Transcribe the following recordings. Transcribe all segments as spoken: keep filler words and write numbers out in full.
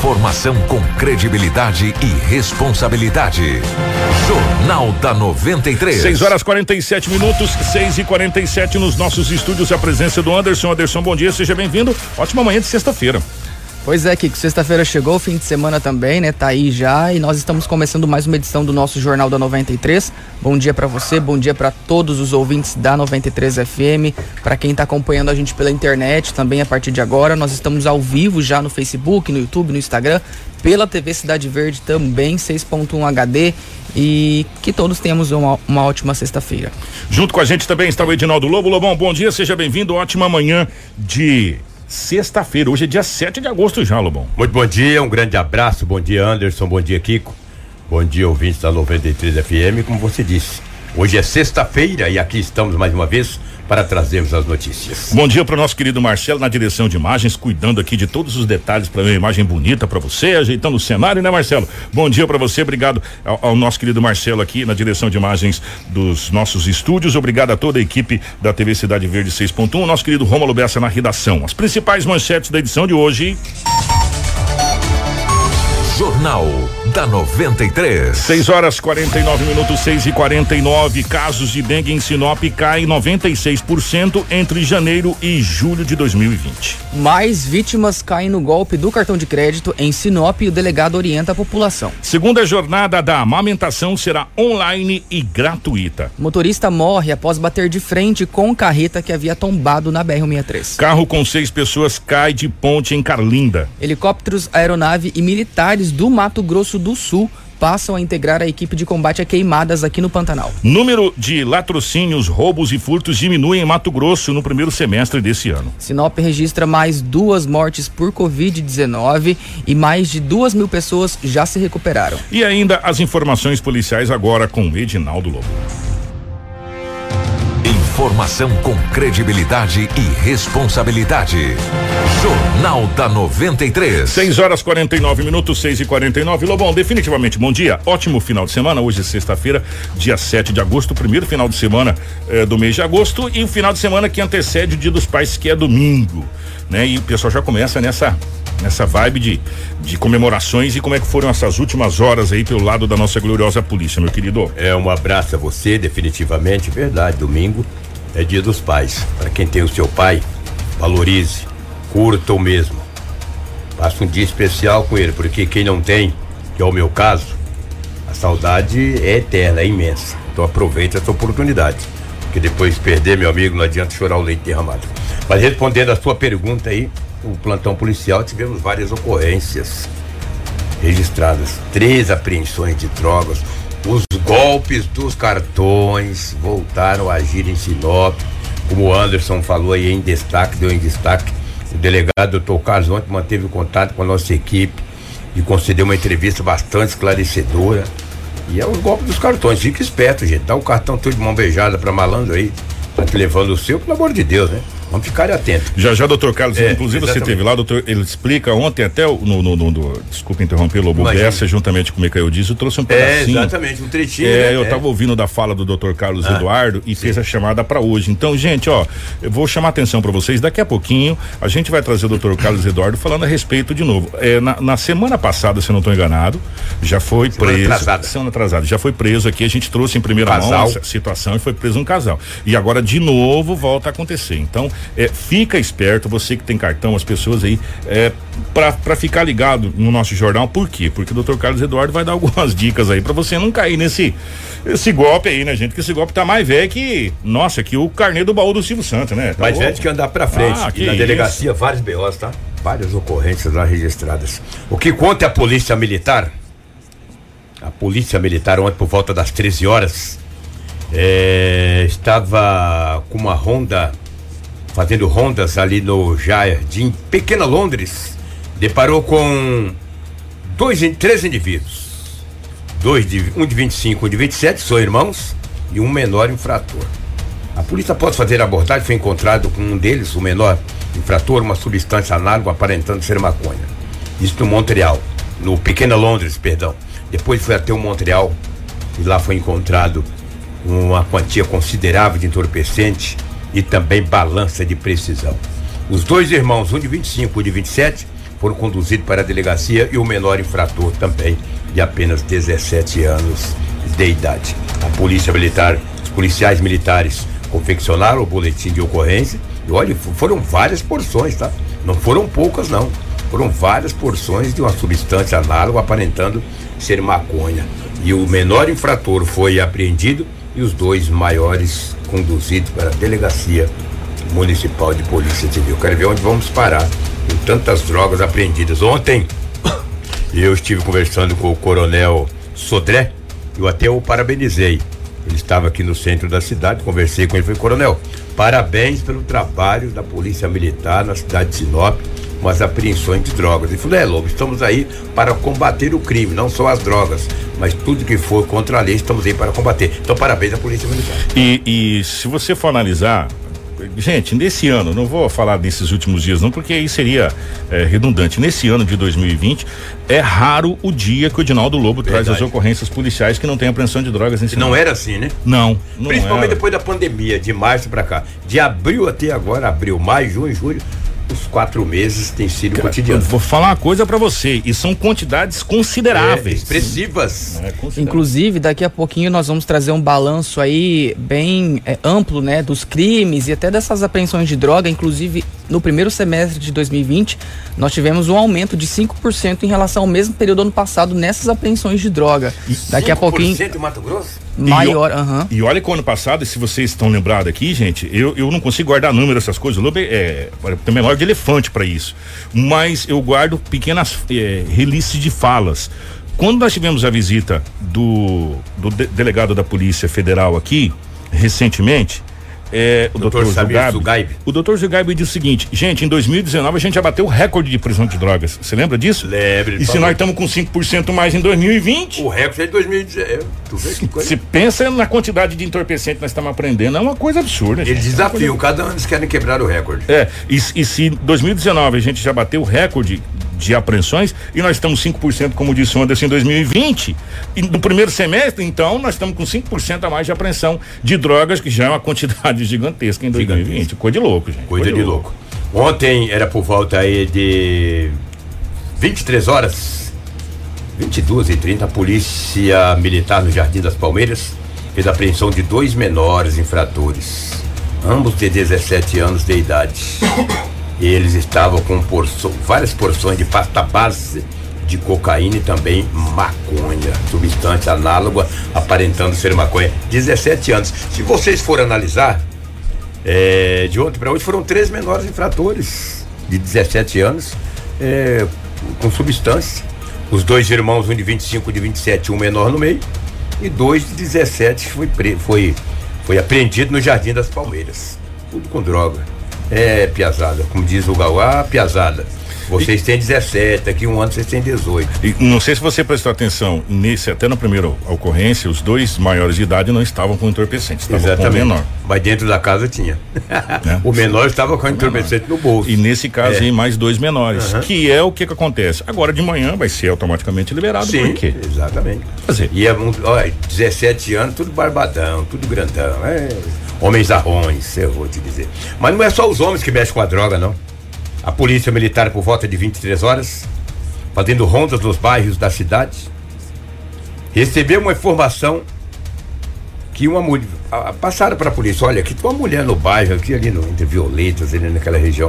Informação com credibilidade e responsabilidade. Jornal da noventa e três. seis horas quarenta e sete minutos, seis e quarenta e sete nos nossos estúdios. A presença do Anderson. Anderson, bom dia, seja bem-vindo. Ótima manhã de sexta-feira. Pois é, Kiko, sexta-feira chegou, fim de semana também, né? Tá aí já e nós estamos começando mais uma edição do nosso Jornal da noventa e três. Bom dia pra você, bom dia pra todos os ouvintes da noventa e três F M, pra quem tá acompanhando a gente pela internet também a partir de agora. Nós estamos ao vivo já no Facebook, no YouTube, no Instagram, pela T V Cidade Verde também, seis ponto um H D, e que todos tenhamos uma, uma ótima sexta-feira. Junto com a gente também está o Edinaldo Lobo. Lobão, bom dia, seja bem-vindo, ótima manhã de sexta-feira, hoje é dia sete de agosto já, Lobão. Muito bom dia, um grande abraço, bom dia Anderson, bom dia Kiko, bom dia ouvintes da noventa e três F M, como você disse, hoje é sexta-feira e aqui estamos mais uma vez para trazermos as notícias. Bom dia para o nosso querido Marcelo na direção de imagens, cuidando aqui de todos os detalhes para uma imagem bonita para você, ajeitando o cenário, né, Marcelo? Bom dia para você, obrigado ao, ao nosso querido Marcelo aqui na direção de imagens dos nossos estúdios, obrigado a toda a equipe da T V Cidade Verde seis ponto um, nosso querido Rômulo Bessa na redação. As principais manchetes da edição de hoje. Jornal da noventa e três. seis horas quarenta e nove minutos, seis e quarenta e nove. Casos de dengue em Sinop caem noventa e seis por cento entre janeiro e julho de dois mil e vinte. Mais vítimas caem no golpe do cartão de crédito em Sinop e o delegado orienta a população. Segunda jornada da amamentação será online e gratuita. Motorista morre após bater de frente com carreta que havia tombado na B R cento e sessenta e três. Carro com seis pessoas cai de ponte em Carlinda. Helicópteros, aeronave e militares do Mato Grosso do Sul passam a integrar a equipe de combate a queimadas aqui no Pantanal. Número de latrocínios, roubos e furtos diminui em Mato Grosso no primeiro semestre desse ano. Sinop registra mais duas mortes por covid dezenove e mais de duas mil pessoas já se recuperaram. E ainda as informações policiais agora com Edinaldo Lobo. Informação com credibilidade e responsabilidade. Jornal da noventa e três. seis horas quarenta e nove minutos, seis e quarenta e nove. Lobão, definitivamente bom dia, ótimo final de semana. Hoje é sexta-feira, dia sete de agosto, primeiro final de semana eh, do mês de agosto e o final de semana que antecede o Dia dos Pais, que é domingo, né? E o pessoal já começa nessa nessa vibe de, de comemorações. E como é que foram essas últimas horas aí pelo lado da nossa gloriosa polícia, meu querido? É um abraço a você, definitivamente, verdade, domingo é Dia dos Pais. Para quem tem o seu pai, valorize, curta o mesmo. Passa um dia especial com ele, porque quem não tem, que é o meu caso, a saudade é eterna, é imensa. Então aproveita essa oportunidade, porque depois de perder, meu amigo, não adianta chorar o leite derramado. Mas respondendo a sua pergunta aí, o plantão policial, tivemos várias ocorrências registradas, três apreensões de drogas, os golpes dos cartões voltaram a agir em Sinop, como o Anderson falou aí em destaque, deu em destaque, o delegado doutor Carlos ontem manteve contato com a nossa equipe e concedeu uma entrevista bastante esclarecedora, e é os golpes dos cartões, fica esperto, gente, dá o cartão todo de mão beijada pra malandro aí, tá te levando o seu, pelo amor de Deus, né? Vamos ficar atentos. Já já, doutor Carlos, é, inclusive exatamente. Você teve lá, doutor, ele explica ontem até no, no, no, no desculpa interromper, Lobo Bessa, juntamente com o Micael Dias, eu trouxe um pedacinho. É, exatamente, um trechinho. É, né? eu é. tava ouvindo da fala do doutor Carlos ah, Eduardo e sim. fez a chamada para hoje. Então, gente, ó, eu vou chamar a atenção para vocês, daqui a pouquinho a gente vai trazer o doutor Carlos Eduardo falando a respeito de novo. É, na, na semana passada, se eu não estou enganado, já foi semana preso. Atrasada. Semana atrasada. Já foi preso aqui, a gente trouxe em primeira casal. mão essa situação e foi preso um casal. E agora, de novo, volta a acontecer. Então, é, fica esperto, você que tem cartão, as pessoas aí, é, pra, pra ficar ligado no nosso jornal. Por quê? Porque o doutor Carlos Eduardo vai dar algumas dicas aí pra você não cair nesse esse golpe aí, né, gente? Que esse golpe tá mais velho que, nossa, que o carnê do baú do Silvio Santos, né? Tá mais velho que andar pra frente. Ah, e na isso. delegacia, vários B Os, tá? Várias ocorrências lá registradas. O que conta é a polícia militar. A polícia militar ontem por volta das treze horas é, estava com uma ronda fazendo rondas ali no Jardim Pequena Londres, deparou com dois, três indivíduos, dois de, um de vinte e cinco, um de vinte e sete, são irmãos, e um menor infrator. A polícia, após fazer a abordagem, foi encontrado com um deles, o menor infrator, uma substância análoga aparentando ser maconha. Isso no Montreal, no Pequena Londres, perdão. Depois foi até o Montreal e lá foi encontrado uma quantia considerável de entorpecente e também balança de precisão. Os dois irmãos, um de vinte e cinco e um de vinte e sete, foram conduzidos para a delegacia e o menor infrator também, de apenas dezessete anos de idade. A polícia militar, os policiais militares confeccionaram o boletim de ocorrência e olha, foram várias porções, tá? Não foram poucas não, foram várias porções de uma substância análoga aparentando ser maconha. E o menor infrator foi apreendido e os dois maiores conduzidos para a delegacia municipal de polícia civil. Quero ver onde vamos parar com tantas drogas apreendidas. Ontem eu estive conversando com o coronel Sodré, eu até o parabenizei. Ele estava aqui no centro da cidade, conversei com ele, falei, coronel, parabéns pelo trabalho da polícia militar na cidade de Sinop, com as apreensões de drogas. Ele falou, é, Lobo, estamos aí para combater o crime, não só as drogas, mas tudo que for contra a lei, estamos aí para combater. Então, parabéns à polícia militar. E, e se você for analisar, gente, nesse ano, não vou falar desses últimos dias não, porque aí seria é, redundante. Nesse ano de dois mil e vinte, é raro o dia que o Edinaldo Lobo Verdade. traz as ocorrências policiais que não tem apreensão de drogas nesse ano. Não era assim, né? Não, não Principalmente era. depois da pandemia, de março pra cá. De abril até agora, abril, maio, junho, julho, os quatro meses tem sido Cara, cotidiano. Vou falar uma coisa pra você, e são quantidades consideráveis. É, expressivas. É, consideráveis. Inclusive, daqui a pouquinho nós vamos trazer um balanço aí bem é, amplo, né, dos crimes e até dessas apreensões de droga. Inclusive, no primeiro semestre de dois mil e vinte, nós tivemos um aumento de cinco por cento em relação ao mesmo período do ano passado nessas apreensões de droga. Daqui a pouquinho... cinco por cento de Mato Grosso? Maior, e, aham. E olha que o ano passado, se vocês estão lembrados aqui, gente, eu, eu não consigo guardar número, essas coisas. O Lobo é, tem menor de elefante para isso. Mas eu guardo pequenas é, relíquias de falas. Quando nós tivemos a visita do, do de, delegado da Polícia Federal aqui, recentemente, é, o doutor Zugaib, o doutor Zugaib disse o seguinte, gente, em dois mil e dezenove a gente já bateu o recorde de prisão de drogas. Você lembra disso? Lembro. E se nós estamos com cinco por cento mais em dois mil e vinte? O recorde é de dois mil e dezenove. Tu vê que coisa? Se pensa na quantidade de entorpecente que nós estamos aprendendo, é uma coisa absurda. Eles gente. desafiam, É cada ano eles querem quebrar o recorde. É, e, e se em dois mil e dezenove a gente já bateu o recorde de apreensões e nós estamos cinco por cento, como disse o Anderson, em dois mil e vinte, e no primeiro semestre, então, nós estamos com cinco por cento a mais de apreensão de drogas, que já é uma quantidade gigantesca em dois mil e vinte. Coisa de louco, gente. Coisa, Coisa de louco. louco. Ontem era por volta aí de vinte e três horas, vinte e duas e trinta, a polícia militar no Jardim das Palmeiras fez a apreensão de dois menores infratores, ambos de dezessete anos de idade. Eles estavam com porço, várias porções de pasta base de cocaína e também maconha, substância análoga aparentando ser maconha. dezessete anos. Se vocês forem analisar, é, de ontem para hoje foram três menores infratores de dezessete anos é, com substância. Os dois irmãos, um de vinte e cinco, de vinte e sete, um menor no meio, e dois de dezessete foi, foi, foi apreendido no Jardim das Palmeiras. Tudo com droga. É, piazada, como diz o Gauá, piazada. Vocês e, têm dezessete, daqui um ano vocês têm dezoito. E não sei se você prestou atenção, nesse, até na primeira ocorrência, os dois maiores de idade não estavam com entorpecentes, estavam Exatamente. com o menor. Mas dentro da casa tinha. É. O menor estava com o entorpecente no bolso. E nesse caso é. aí, mais dois menores, uhum. que é o que que acontece. Agora de manhã vai ser automaticamente liberado. Sim, por quê? Exatamente. Fazer. E é, olha, dezessete anos, tudo barbadão, tudo grandão. É. Homens arrões, eu vou te dizer. Mas não é só os homens que mexem com a droga, não. A polícia militar, por volta de vinte e três horas, fazendo rondas nos bairros da cidade, recebeu uma informação que uma mulher, passaram para a polícia, olha, aqui tem uma mulher no bairro, aqui ali no, entre Violetas, ali naquela região,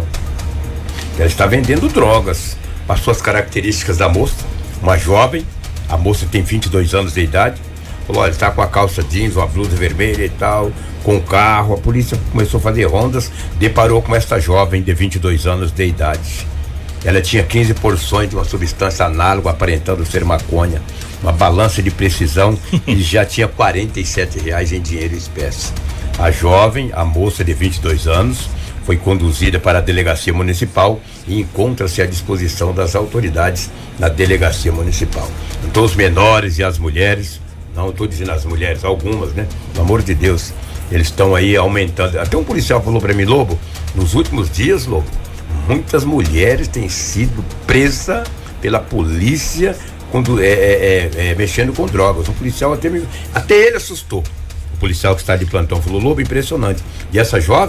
ela está vendendo drogas. Passou as características da moça, uma jovem, a moça tem vinte e dois anos de idade, falou, olha, está com a calça jeans, uma blusa vermelha e tal, com o carro. A polícia começou a fazer rondas, deparou com esta jovem de vinte e dois anos de idade. Ela tinha quinze porções de uma substância análoga aparentando ser maconha, uma balança de precisão e já tinha quarenta e sete reais em dinheiro em espécie. A jovem, a moça de vinte e dois anos, foi conduzida para a delegacia municipal e encontra-se à disposição das autoridades na delegacia municipal. Então os menores e as mulheres, não estou dizendo as mulheres, algumas, né? Pelo amor de Deus, eles estão aí aumentando. Até um policial falou para mim, Lobo, nos últimos dias, Lobo, muitas mulheres têm sido presas pela polícia quando é, é, é, é, mexendo com drogas. Um policial até me, até ele assustou. O policial que está de plantão falou, Lobo, impressionante. E essa jovem,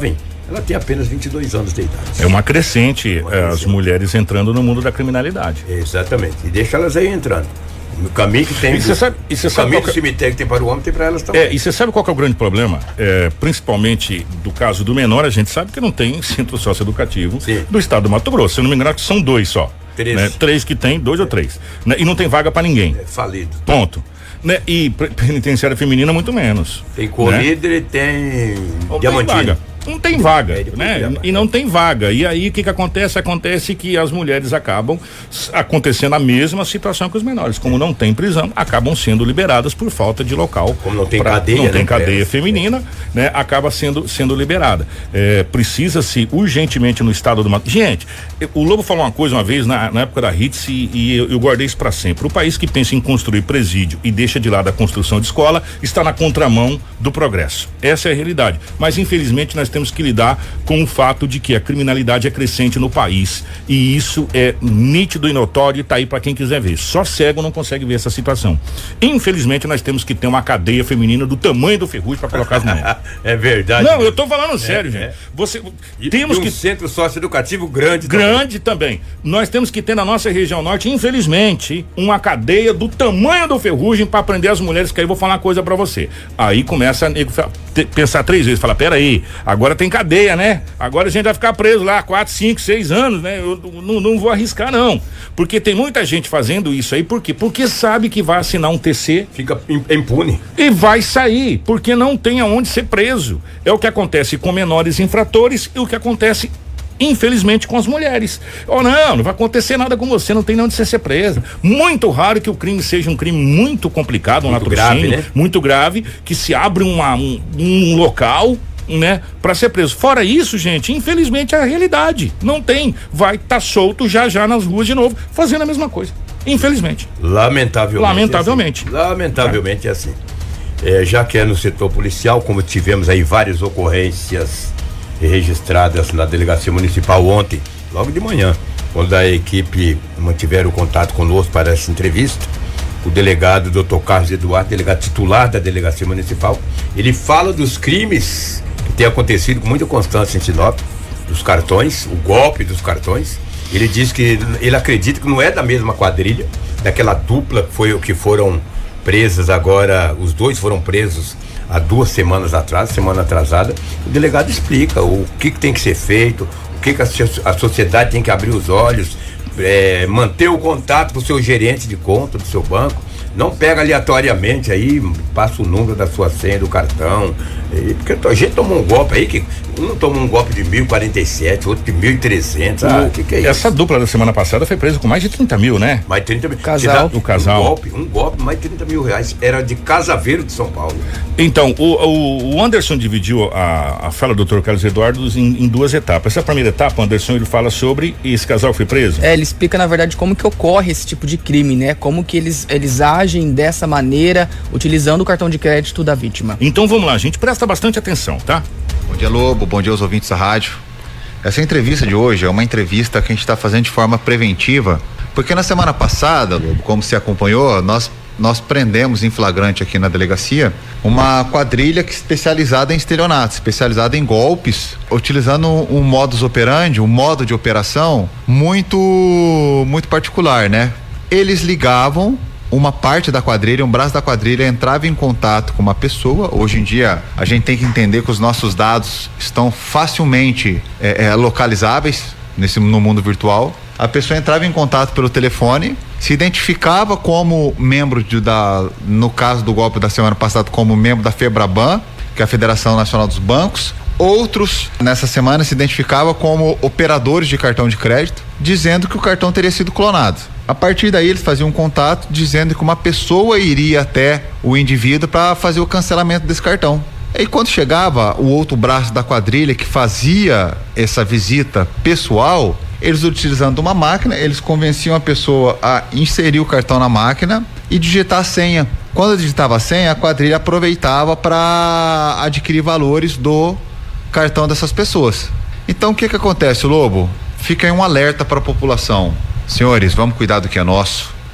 ela tem apenas vinte e dois anos de idade. É uma crescente, uma é, crescente. as mulheres entrando no mundo da criminalidade. Exatamente, e deixa elas aí entrando. No caminho que tem. E você sabe, e você o sabe caminho qual do cemitério que tem para o homem, tem para elas também. É, e você sabe qual que é o grande problema? É, principalmente do caso do menor, a gente sabe que não tem centro socioeducativo Sim. do estado do Mato Grosso. Se eu não me engano, são dois só. Três. Né? Três que tem, dois ou três. Né? E não tem vaga pra ninguém. É falido. Ponto. Né? E pre- penitenciária feminina, muito menos. Tem colíder e tem Não tem diamantino. vaga. Não tem vaga, É, depois né? já- E não tem vaga. E aí o que que acontece? Acontece que as mulheres acabam s- acontecendo a mesma situação que os menores. Como não tem prisão, acabam sendo liberadas por falta de local. Como não tem pra- cadeia, Não tem né, cadeia pra- feminina, né? Acaba sendo, sendo liberada. É, precisa-se urgentemente no estado do Mato. Gente, eu- o Lobo falou uma coisa uma vez na, na época da R I T S e, e eu, eu guardei isso para sempre. O país que pensa em construir presídio e deixa de lado a construção de escola está na contramão do progresso. Essa é a realidade. Mas infelizmente nós temos que lidar com o fato de que a criminalidade é crescente no país e isso é nítido e notório e tá aí para quem quiser ver. Só cego não consegue ver essa situação. Infelizmente nós temos que ter uma cadeia feminina do tamanho do Ferrugem para colocar as mulheres. É verdade. Não, eu tô falando sério, gente. é. Você E, temos e um que centro socioeducativo grande. também. grande também. Nós temos que ter na nossa região norte, infelizmente, uma cadeia do tamanho do Ferrugem para prender as mulheres, que aí eu vou falar uma coisa para você. Aí começa a nego fa- te- pensar três vezes, fala, pera aí, agora tem cadeia, né? Agora a gente vai ficar preso lá quatro, cinco, seis anos, né? Eu não, não vou arriscar não, porque tem muita gente fazendo isso aí, por quê? Porque sabe que vai assinar um T C Fica im- impune. e vai sair, porque não tem aonde ser preso. É o que acontece com menores infratores e o que acontece, infelizmente, com as mulheres. Oh, não, não vai acontecer nada com você, não tem onde você ser presa. Muito raro que o crime seja um crime muito complicado, um Muito latrocínio, grave, né? muito grave, que se abre uma, um, um local, né, para ser preso. Fora isso, gente, infelizmente é a realidade. Não tem. Vai estar tá solto já já nas ruas de novo, fazendo a mesma coisa. Infelizmente. Lamentavelmente. Lamentavelmente. É assim. Lamentavelmente é assim. É, já que é no setor policial, como tivemos aí várias ocorrências registradas na delegacia municipal ontem, logo de manhã, quando a equipe mantiveram contato conosco para essa entrevista, o delegado doutor Carlos Eduardo, delegado titular da delegacia municipal, ele fala dos crimes que tem acontecido com muita constância em Sinop, dos cartões, o golpe dos cartões. Ele diz que ele acredita que não é da mesma quadrilha, daquela dupla que foi o que foram presas agora, os dois foram presos há duas semanas atrás, semana atrasada. O delegado explica o que, que tem que ser feito, o que, que a, a sociedade tem que abrir os olhos, é, manter o contato com o seu gerente de conta, do seu banco. Não pega aleatoriamente aí, passa o número da sua senha do cartão. E, porque a gente tomou um golpe aí, que um tomou um golpe de mil e quarenta e sete, outro de mil e trezentos. Ah, o que, que é isso? Essa dupla da semana passada foi presa com mais de trinta mil, né? Mais trinta mil. Casal. Um O casal. golpe, um golpe, mais de trinta mil reais. Era de Casaveiro de São Paulo. Então, o, o, o Anderson dividiu a, a fala do doutor Carlos Eduardo em, em duas etapas. Essa primeira etapa, o Anderson, ele fala sobre esse casal que foi preso. É, ele explica, na verdade, como que ocorre esse tipo de crime, né? Como que eles, eles agem dessa maneira, utilizando o cartão de crédito da vítima. Então vamos lá, gente, presta bastante atenção, tá? Bom dia, Lobo. Bom dia aos ouvintes da rádio. Essa entrevista de hoje é uma entrevista que a gente está fazendo de forma preventiva, porque na semana passada, Lobo, como você acompanhou, nós nós prendemos em flagrante aqui na delegacia uma quadrilha que especializada em estelionato, especializada em golpes, utilizando um modus operandi, um modo de operação muito muito particular, né? Eles ligavam, uma parte da quadrilha, um braço da quadrilha entrava em contato com uma pessoa. Hoje em dia a gente tem que entender que os nossos dados estão facilmente é, é, localizáveis nesse, no mundo virtual. A pessoa entrava em contato pelo telefone, se identificava como membro de, da, no caso do golpe da semana passada, como membro da FEBRABAN, que é a Federação Nacional dos Bancos. Outros, nessa semana, se identificavam como operadores de cartão de crédito, dizendo que o cartão teria sido clonado. A partir daí, eles faziam um contato dizendo que uma pessoa iria até o indivíduo para fazer o cancelamento desse cartão. E quando chegava o outro braço da quadrilha que fazia essa visita pessoal, eles utilizando uma máquina, eles convenciam a pessoa a inserir o cartão na máquina e digitar a senha. Quando digitava a senha, a quadrilha aproveitava para adquirir valores do cartão dessas pessoas. Então o que que acontece, Lobo? Fica aí um alerta para a população. Senhores, vamos cuidar do que é nosso.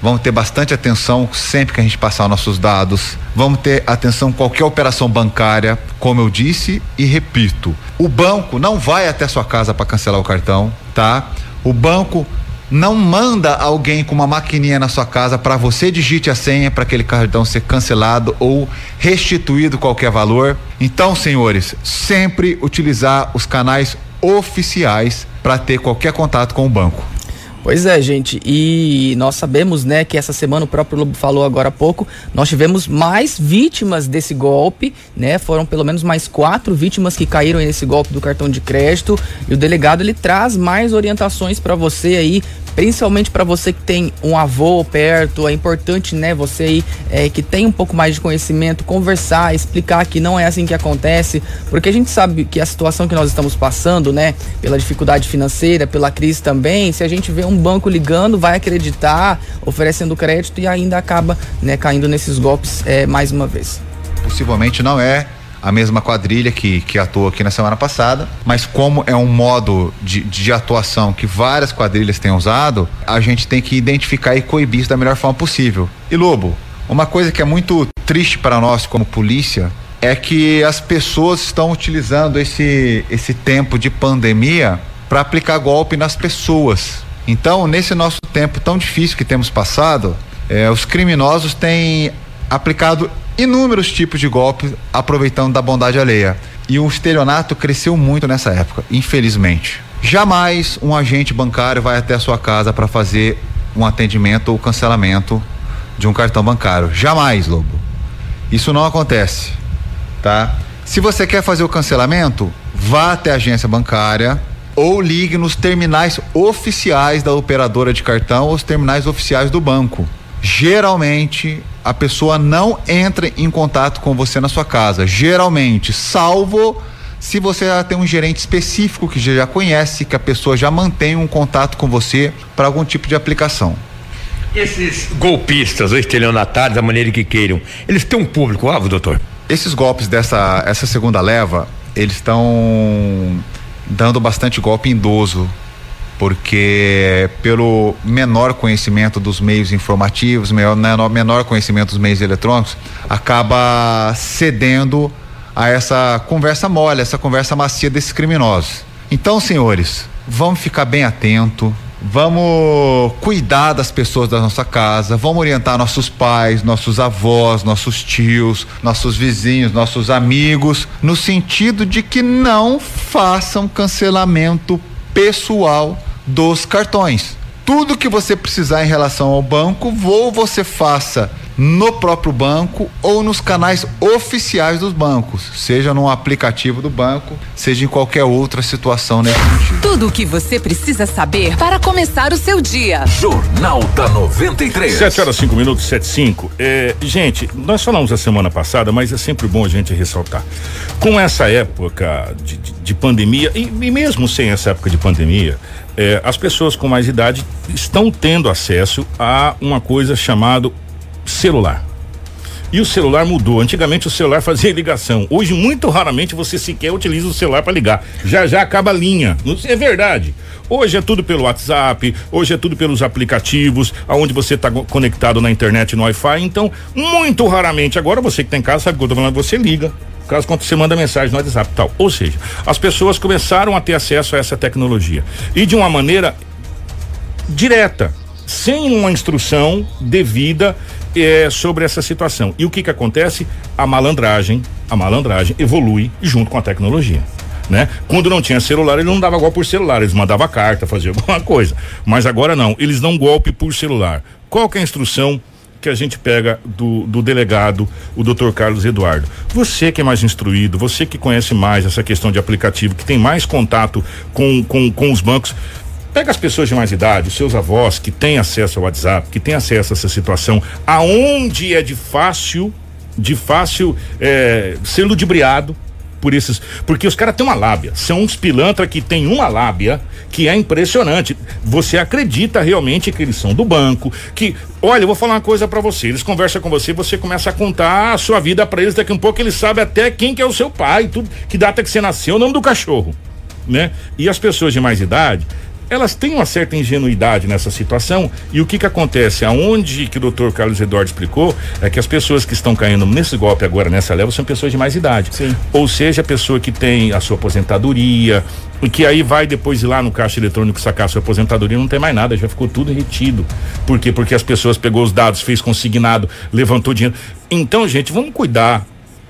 Vamos ter bastante atenção sempre que a gente passar nossos dados. Vamos ter atenção em qualquer operação bancária, como eu disse e repito. O banco não vai até sua casa para cancelar o cartão, tá? O banco não manda alguém com uma maquininha na sua casa para você digite a senha para aquele cartão ser cancelado ou restituído qualquer valor. Então, senhores, sempre utilizar os canais oficiais para ter qualquer contato com o banco. Pois é, gente, e nós sabemos, né, que essa semana, o próprio Lobo falou agora há pouco, nós tivemos mais vítimas desse golpe, né, foram pelo menos mais quatro vítimas que caíram nesse golpe do cartão de crédito, e o delegado, ele traz mais orientações para você aí, principalmente para você que tem um avô perto. É importante, né, você aí é, que tem um pouco mais de conhecimento, conversar, explicar que não é assim que acontece, porque a gente sabe que a situação que nós estamos passando, né, pela dificuldade financeira, pela crise também, se a gente vê um banco ligando, vai acreditar, oferecendo crédito e ainda acaba, né, caindo nesses golpes é, mais uma vez. Possivelmente não é a mesma quadrilha que, que atuou aqui na semana passada, mas como é um modo de, de atuação que várias quadrilhas têm usado, a gente tem que identificar e coibir isso da melhor forma possível. E Lobo, uma coisa que é muito triste para nós como polícia é que as pessoas estão utilizando esse, esse tempo de pandemia para aplicar golpe nas pessoas. Então, nesse nosso tempo tão difícil que temos passado, eh, os criminosos têm aplicado inúmeros tipos de golpes aproveitando da bondade alheia. E o estelionato cresceu muito nessa época, infelizmente. Jamais um agente bancário vai até a sua casa para fazer um atendimento ou cancelamento de um cartão bancário. Jamais, Lobo. Isso não acontece, tá? Se você quer fazer o cancelamento, vá até a agência bancária ou ligue nos terminais oficiais da operadora de cartão ou os terminais oficiais do banco. Geralmente a pessoa não entra em contato com você na sua casa, geralmente, salvo se você já tem um gerente específico que já conhece, que a pessoa já mantém um contato com você para algum tipo de aplicação. Esses golpistas ou estelionatários, da maneira que queiram, eles têm um público-alvo, doutor? Esses golpes dessa essa segunda leva, eles estão dando bastante golpe em idoso, porque pelo menor conhecimento dos meios informativos, menor, menor conhecimento dos meios eletrônicos, acaba cedendo a essa conversa mole, essa conversa macia desses criminosos. Então, senhores, vamos ficar bem atento, vamos cuidar das pessoas da nossa casa, vamos orientar nossos pais, nossos avós, nossos tios, nossos vizinhos, nossos amigos, no sentido de que não façam cancelamento pessoal dos cartões. Tudo que você precisar em relação ao banco, ou você faça no próprio banco ou nos canais oficiais dos bancos, seja no aplicativo do banco, seja em qualquer outra situação nesse sentido. Tudo o que você precisa saber para começar o seu dia. Jornal da noventa e três. sete horas cinco minutos, sete e cinco. É, gente, nós falamos a semana passada, mas é sempre bom a gente ressaltar. Com essa época de, de, de pandemia, e, e mesmo sem essa época de pandemia, é, as pessoas com mais idade estão tendo acesso a uma coisa chamada celular. E o celular mudou. Antigamente o celular fazia ligação. Hoje, muito raramente, você sequer utiliza o celular para ligar. Já já acaba a linha. É verdade. Hoje é tudo pelo WhatsApp, hoje é tudo pelos aplicativos, aonde você está conectado na internet, no Wi-Fi. Então, muito raramente, agora você que está em casa sabe o que eu tô falando, você liga. Caso quando você manda mensagem no WhatsApp e tal. Ou seja, as pessoas começaram a ter acesso a essa tecnologia. E de uma maneira direta, sem uma instrução devida é, sobre essa situação. E o que que acontece? A malandragem, a malandragem evolui junto com a tecnologia, né? Quando não tinha celular, ele não dava golpe por celular, eles mandavam carta, faziam alguma coisa. Mas agora não, eles dão golpe por celular. Qual que é a instrução que a gente pega do, do delegado, o doutor Carlos Eduardo? Você que é mais instruído, você que conhece mais essa questão de aplicativo, que tem mais contato com, com, com os bancos, pega as pessoas de mais idade, os seus avós que têm acesso ao WhatsApp, que têm acesso a essa situação, aonde é de fácil, de fácil é, ser ludibriado por esses, porque os caras têm uma lábia, são uns pilantra que tem uma lábia que é impressionante. Você acredita realmente que eles são do banco, que, olha, eu vou falar uma coisa pra você, eles conversam com você, você começa a contar a sua vida pra eles, daqui a um pouco eles sabem até quem que é o seu pai, tudo, que data que você nasceu, o nome do cachorro, né? E as pessoas de mais idade elas têm uma certa ingenuidade nessa situação, e o que que acontece? Aonde que o doutor Carlos Eduardo explicou é que as pessoas que estão caindo nesse golpe agora, nessa leva, são pessoas de mais idade. Sim. Ou seja, a pessoa que tem a sua aposentadoria, e que aí vai depois ir lá no caixa eletrônico sacar a sua aposentadoria, não tem mais nada, já ficou tudo retido. Por quê? Porque as pessoas pegou os dados, fez consignado, levantou dinheiro. Então, gente, vamos cuidar,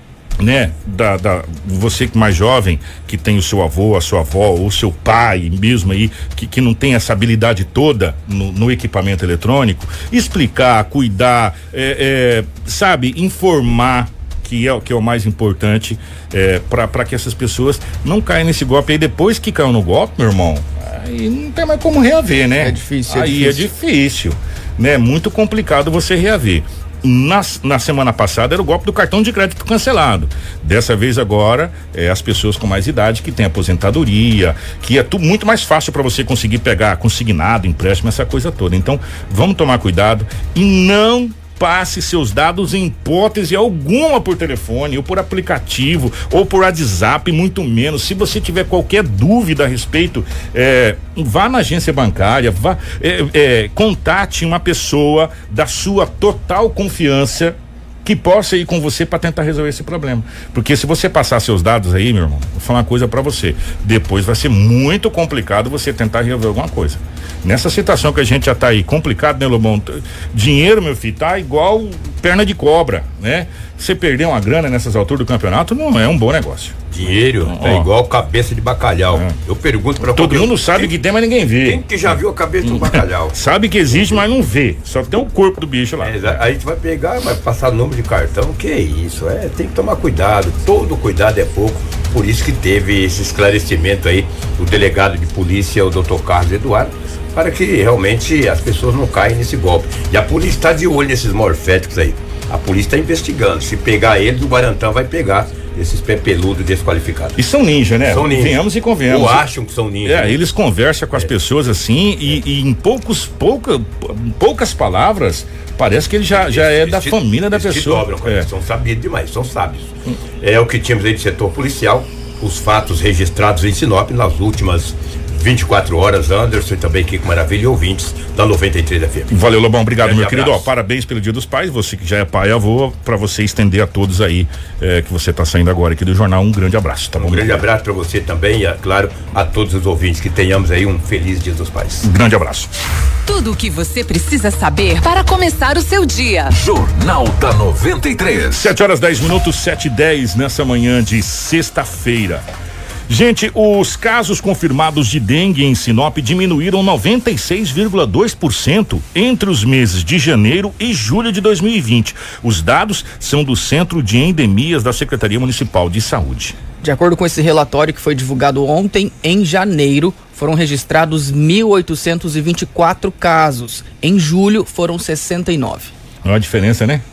né, da, da você que mais jovem, que tem o seu avô, a sua avó, ou seu pai mesmo aí, que, que não tem essa habilidade toda no, no equipamento eletrônico, explicar, cuidar, é, é, sabe, informar, que é, que é o mais importante, é, para que essas pessoas não caiam nesse golpe. Aí depois que caiu no golpe, meu irmão, aí não tem mais como reaver, né? É difícil, é aí difícil. é difícil, né? Muito complicado você reaver. Na, na semana passada era o golpe do cartão de crédito cancelado. Dessa vez agora é as pessoas com mais idade, que tem aposentadoria, que é tudo muito mais fácil para você conseguir pegar consignado, empréstimo, essa coisa toda. Então vamos tomar cuidado e não passe seus dados em hipótese alguma por telefone, ou por aplicativo, ou por WhatsApp, muito menos. Se você tiver qualquer dúvida a respeito, é, vá na agência bancária, vá, é, é, contate uma pessoa da sua total confiança que possa ir com você para tentar resolver esse problema. Porque se você passar seus dados aí, meu irmão, vou falar uma coisa para você, depois vai ser muito complicado você tentar resolver alguma coisa. Nessa situação que a gente já tá aí complicado, né, Lobão? Dinheiro, meu filho, tá igual perna de cobra, né? Você perder uma grana nessas alturas do campeonato não é um bom negócio. Dinheiro Ó. é igual cabeça de bacalhau. É. Eu pergunto pra todo qualquer... mundo sabe quem, que tem, mas ninguém vê. Quem que já viu a cabeça do bacalhau? Sabe que existe, mas não vê. Só tem o corpo do bicho lá. É, a gente vai pegar, vai passar número de cartão. Que é isso? É, tem que tomar cuidado. Todo cuidado é pouco. Por isso que teve esse esclarecimento aí do delegado de polícia, o doutor Carlos Eduardo, para que realmente as pessoas não caem nesse golpe. E a polícia está de olho nesses morféticos aí. A polícia está investigando. Se pegar eles, o Guarantã vai pegar esses pé peludos desqualificados. E são ninja, né? São ninja. Venhamos e convenhamos. Ou acham que são ninja. É, né? eles conversam com as é. pessoas assim e, e em poucos, pouca, poucas palavras, parece que ele já, já é da te, família da pessoa. Dobram, é. São sabidos demais, são sábios. Hum. É o que tínhamos aí de setor policial, os fatos registrados em Sinop nas últimas vinte e quatro horas. Anderson e também Kiko Maravilha e ouvintes da noventa e três F M. Valeu, Lobão, obrigado, Grande meu querido. Ó, abraço. parabéns pelo Dia dos Pais, você que já é pai e avô, pra você estender a todos aí, é, que você tá saindo agora aqui do jornal, um grande abraço, tá bom? Um grande abraço pra você também e, é claro, a todos os ouvintes, que tenhamos aí um feliz Dia dos Pais. Um grande abraço. Tudo o que você precisa saber para começar o seu dia. Jornal da noventa e três. sete horas dez minutos, sete e dez nessa manhã de sexta-feira. Gente, os casos confirmados de dengue em Sinop diminuíram noventa e seis vírgula dois por cento entre os meses de janeiro e julho de dois mil e vinte. Os dados são do Centro de Endemias da Secretaria Municipal de Saúde. De acordo com esse relatório que foi divulgado ontem, em janeiro foram registrados mil oitocentos e vinte e quatro casos. Em julho foram sessenta e nove. Olha a diferença, né?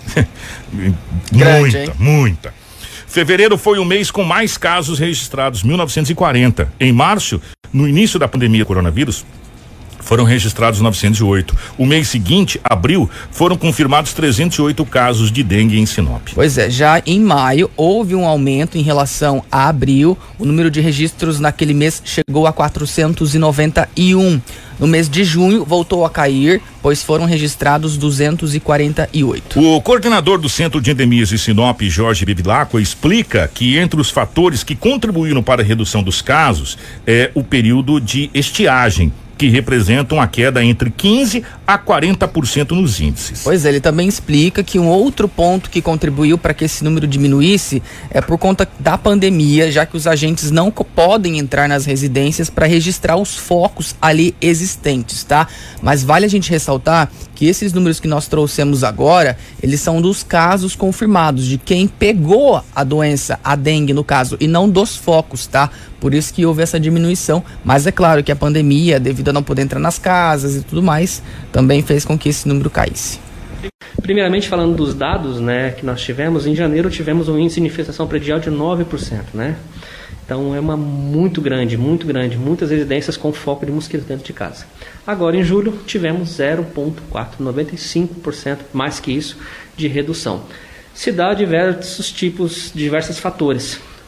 Grande, muita, hein? muita. Fevereiro foi o mês com mais casos registrados, mil novecentos e quarenta. Em março, no início da pandemia do coronavírus, foram registrados novecentos e oito. O mês seguinte, abril, foram confirmados trezentos e oito casos de dengue em Sinop. Pois é, já em maio houve um aumento em relação a abril. O número de registros naquele mês chegou a quatrocentos e noventa e um. No mês de junho voltou a cair, pois foram registrados duzentos e quarenta e oito. O coordenador do Centro de Endemias de Sinop, Jorge Bevilacqua, explica que entre os fatores que contribuíram para a redução dos casos é o período de estiagem, que representam uma queda entre quinze a quarenta por cento nos índices. Pois é, ele também explica que um outro ponto que contribuiu para que esse número diminuísse é por conta da pandemia, já que os agentes não podem entrar nas residências para registrar os focos ali existentes, tá? Mas vale a gente ressaltar que esses números que nós trouxemos agora, eles são dos casos confirmados, de quem pegou a doença, a dengue no caso, e não dos focos, tá? Por isso que houve essa diminuição, mas é claro que a pandemia, devido a não poder entrar nas casas e tudo mais, também fez com que esse número caísse. Primeiramente, falando dos dados, né, que nós tivemos, em janeiro tivemos um índice de infestação predial de nove por cento, né? Então é uma muito grande, muito grande, muitas residências com foco de mosquito dentro de casa. Agora em julho tivemos zero vírgula quatro, noventa e cinco por cento mais que isso de redução. Se dá diversos tipos, diversos fatores.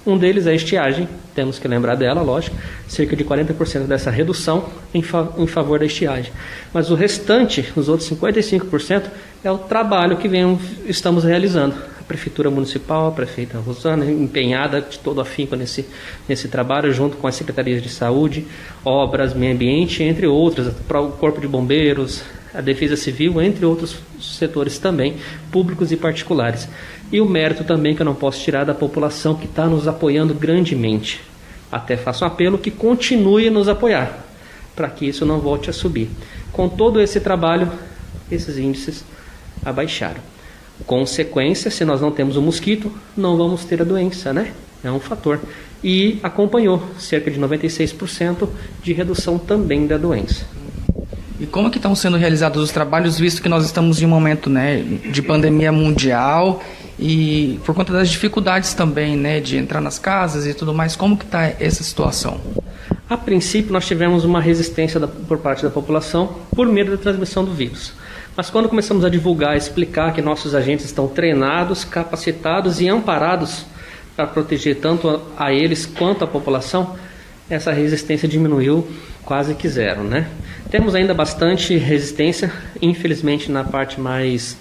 Um deles é a estiagem, temos que lembrar dela, lógico, cerca de quarenta por cento dessa redução em, fa em favor da estiagem. Mas o restante, os outros cinquenta e cinco por cento, é o trabalho que vem, estamos realizando. A Prefeitura Municipal, a Prefeita Rosana, empenhada de todo afinco nesse, nesse trabalho, junto com as Secretarias de Saúde, Obras, Meio Ambiente, entre outras, o Corpo de Bombeiros, a Defesa Civil, entre outros setores também, públicos e particulares. E o mérito também que eu não posso tirar da população que está nos apoiando grandemente. Até faço um apelo que continue a nos apoiar, para que isso não volte a subir. Com todo esse trabalho, esses índices abaixaram. Consequência, se nós não temos o mosquito, não vamos ter a doença, né? É um fator. E acompanhou cerca de noventa e seis por cento de redução também da doença. E como é que estão sendo realizados os trabalhos, visto que nós estamos em um momento, né, de pandemia mundial e por conta das dificuldades também, né, de entrar nas casas e tudo mais, como que está essa situação? A princípio, nós tivemos uma resistência da, por parte da população por medo da transmissão do vírus. Mas quando começamos a divulgar, explicar que nossos agentes estão treinados, capacitados e amparados para proteger tanto a, a eles quanto a população, essa resistência diminuiu quase que zero, né? Temos ainda bastante resistência, infelizmente na parte mais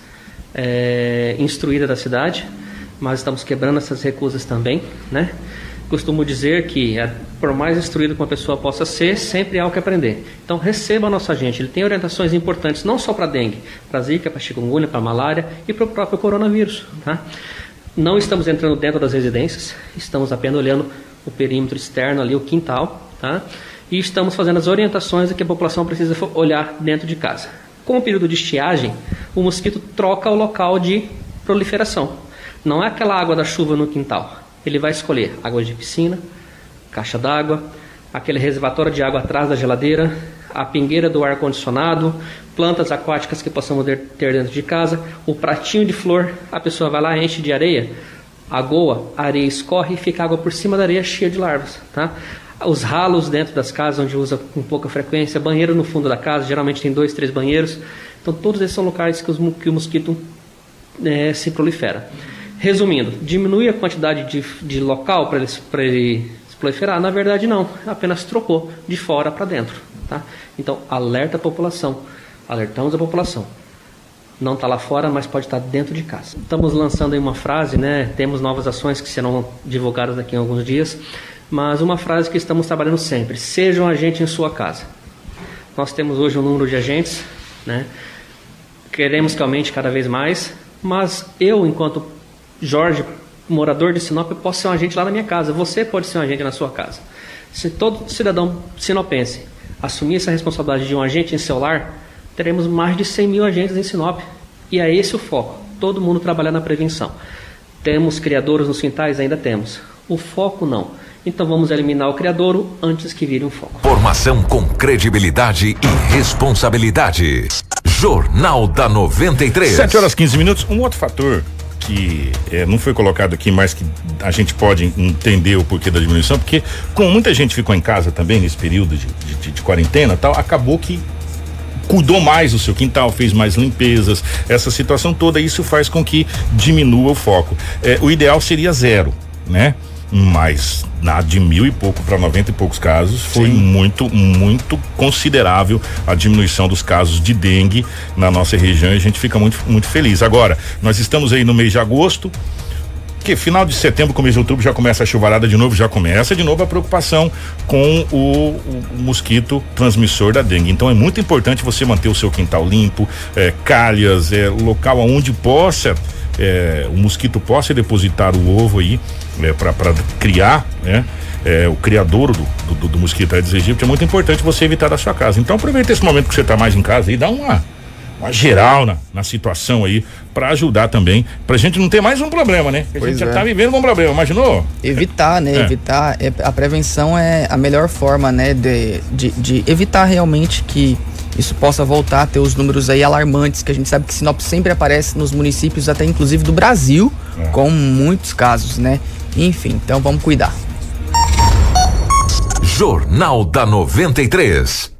é, instruída da cidade, mas estamos quebrando essas recusas também, né? Costumo dizer que, por mais instruído que uma pessoa possa ser, sempre há algo que aprender. Então, receba o nosso agente. Ele tem orientações importantes, não só para dengue, para zika, para chikungunya, para malária e para o próprio coronavírus, tá? Não estamos entrando dentro das residências, estamos apenas olhando o perímetro externo ali, o quintal, tá? E estamos fazendo as orientações que a população precisa olhar dentro de casa. Com o período de estiagem, o mosquito troca o local de proliferação. Não é aquela água da chuva no quintal. Ele vai escolher água de piscina, caixa d'água, aquele reservatório de água atrás da geladeira, a pingueira do ar-condicionado, plantas aquáticas que possamos ter dentro de casa, o pratinho de flor, a pessoa vai lá, enche de areia, agoa, a areia escorre e fica água por cima da areia cheia de larvas, tá? Os ralos dentro das casas, onde usa com pouca frequência, banheiro no fundo da casa, geralmente tem dois, três banheiros. Então, todos esses são locais que, os, que o mosquito é, se prolifera. Resumindo, diminui a quantidade de, de local para ele, ele se proliferar? Na verdade, não. Apenas trocou de fora para dentro. Tá? Então, alerta a população. Alertamos a população. Não está lá fora, mas pode estar dentro de casa. Estamos lançando aí uma frase, né? Temos novas ações que serão divulgadas daqui a alguns dias. Mas uma frase que estamos trabalhando sempre: seja um agente em sua casa. Nós temos hoje um número de agentes, né? Queremos que aumente cada vez mais, mas eu, enquanto Jorge, morador de Sinop, eu posso ser um agente lá na minha casa. Você pode ser um agente na sua casa. Se todo cidadão sinopense assumir essa responsabilidade de um agente em seu lar, teremos mais de cem mil agentes em Sinop. E é esse o foco: todo mundo trabalhar na prevenção. Temos criadouros nos quintais? Ainda temos. O foco não. Então vamos eliminar o criadouro antes que vire um foco. Formação com credibilidade e responsabilidade. Jornal da noventa e três. sete horas e quinze minutos. Um outro fator que é, não foi colocado aqui, mas que a gente pode entender o porquê da diminuição, porque como muita gente ficou em casa também nesse período de, de, de quarentena e tal, acabou que cuidou mais do seu quintal, fez mais limpezas, essa situação toda, isso faz com que diminua o foco. É, o ideal seria zero, né? Mas na de mil e pouco para noventa e poucos casos foi Sim. muito, muito considerável a diminuição dos casos de dengue na nossa região, e a gente fica muito, muito feliz. Agora, nós estamos aí no mês de agosto, que final de setembro, começo de outubro já começa a chuvarada de novo, já começa de novo a preocupação com o, o mosquito transmissor da dengue. Então é muito importante você manter o seu quintal limpo, é, calhas, é, local onde possa É, o mosquito possa depositar o ovo aí, é, para criar, né? É, o criadouro do, do, do mosquito Aedes aegypti, é muito importante você evitar da sua casa. Então aproveita esse momento que você está mais em casa e dá uma, uma geral na, na situação aí, para ajudar também, pra gente não ter mais um problema, né? A pois gente é. já tá vivendo um problema, imaginou? Evitar, né? É. Evitar, é, a prevenção é a melhor forma, né? De, de, de evitar realmente que isso possa voltar a ter os números aí alarmantes, que a gente sabe que Sinop sempre aparece nos municípios, até inclusive do Brasil, é. com muitos casos, né? Enfim, então vamos cuidar. Jornal da noventa e três.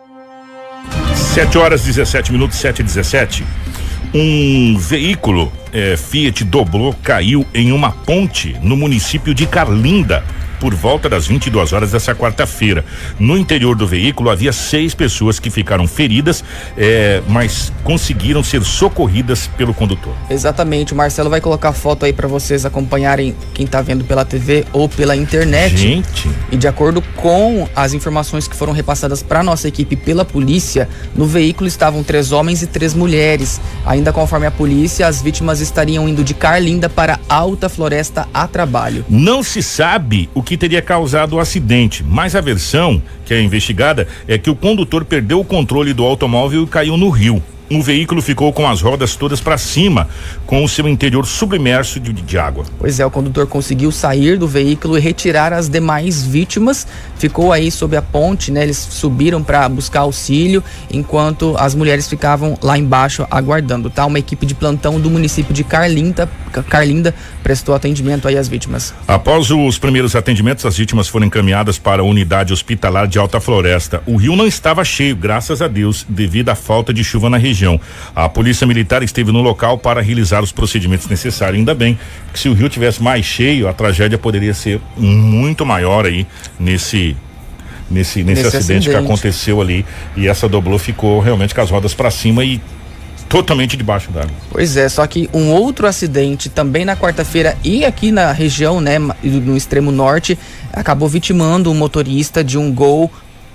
sete horas e dezessete minutos, sete e dezessete. Um veículo eh, Fiat Doblô caiu em uma ponte no município de Carlinda por volta das vinte e duas horas dessa quarta-feira. No interior do veículo havia seis pessoas que ficaram feridas, eh, mas conseguiram ser socorridas pelo condutor. Exatamente, o Marcelo vai colocar foto aí para vocês acompanharem, quem tá vendo pela T V ou pela internet. Gente. E de acordo com as informações que foram repassadas para nossa equipe pela polícia, no veículo estavam três homens e três mulheres. Ainda conforme a polícia, as vítimas estariam indo de Carlinda para Alta Floresta a trabalho. Não se sabe o que teria causado o acidente, mas a versão que é investigada é que o condutor perdeu o controle do automóvel e caiu no rio. O veículo ficou com as rodas todas para cima, com o seu interior submerso de, de água. Pois é, o condutor conseguiu sair do veículo e retirar as demais vítimas. Ficou aí sob a ponte, né? Eles subiram para buscar auxílio, enquanto as mulheres ficavam lá embaixo aguardando, tá? Uma equipe de plantão do município de Carlinda, Carlinda prestou atendimento aí às vítimas. Após os primeiros atendimentos, as vítimas foram encaminhadas para a unidade hospitalar de Alta Floresta. O rio não estava cheio, graças a Deus, devido à falta de chuva na região. A polícia militar esteve no local para realizar os procedimentos necessários. Ainda bem que se o rio tivesse mais cheio, a tragédia poderia ser muito maior aí nesse nesse, nesse, nesse acidente, acidente que aconteceu ali, e essa Doblô ficou realmente com as rodas para cima e totalmente debaixo d'água. Pois é, só que um outro acidente também na quarta-feira e aqui na região, né, no extremo norte, acabou vitimando um motorista de um Gol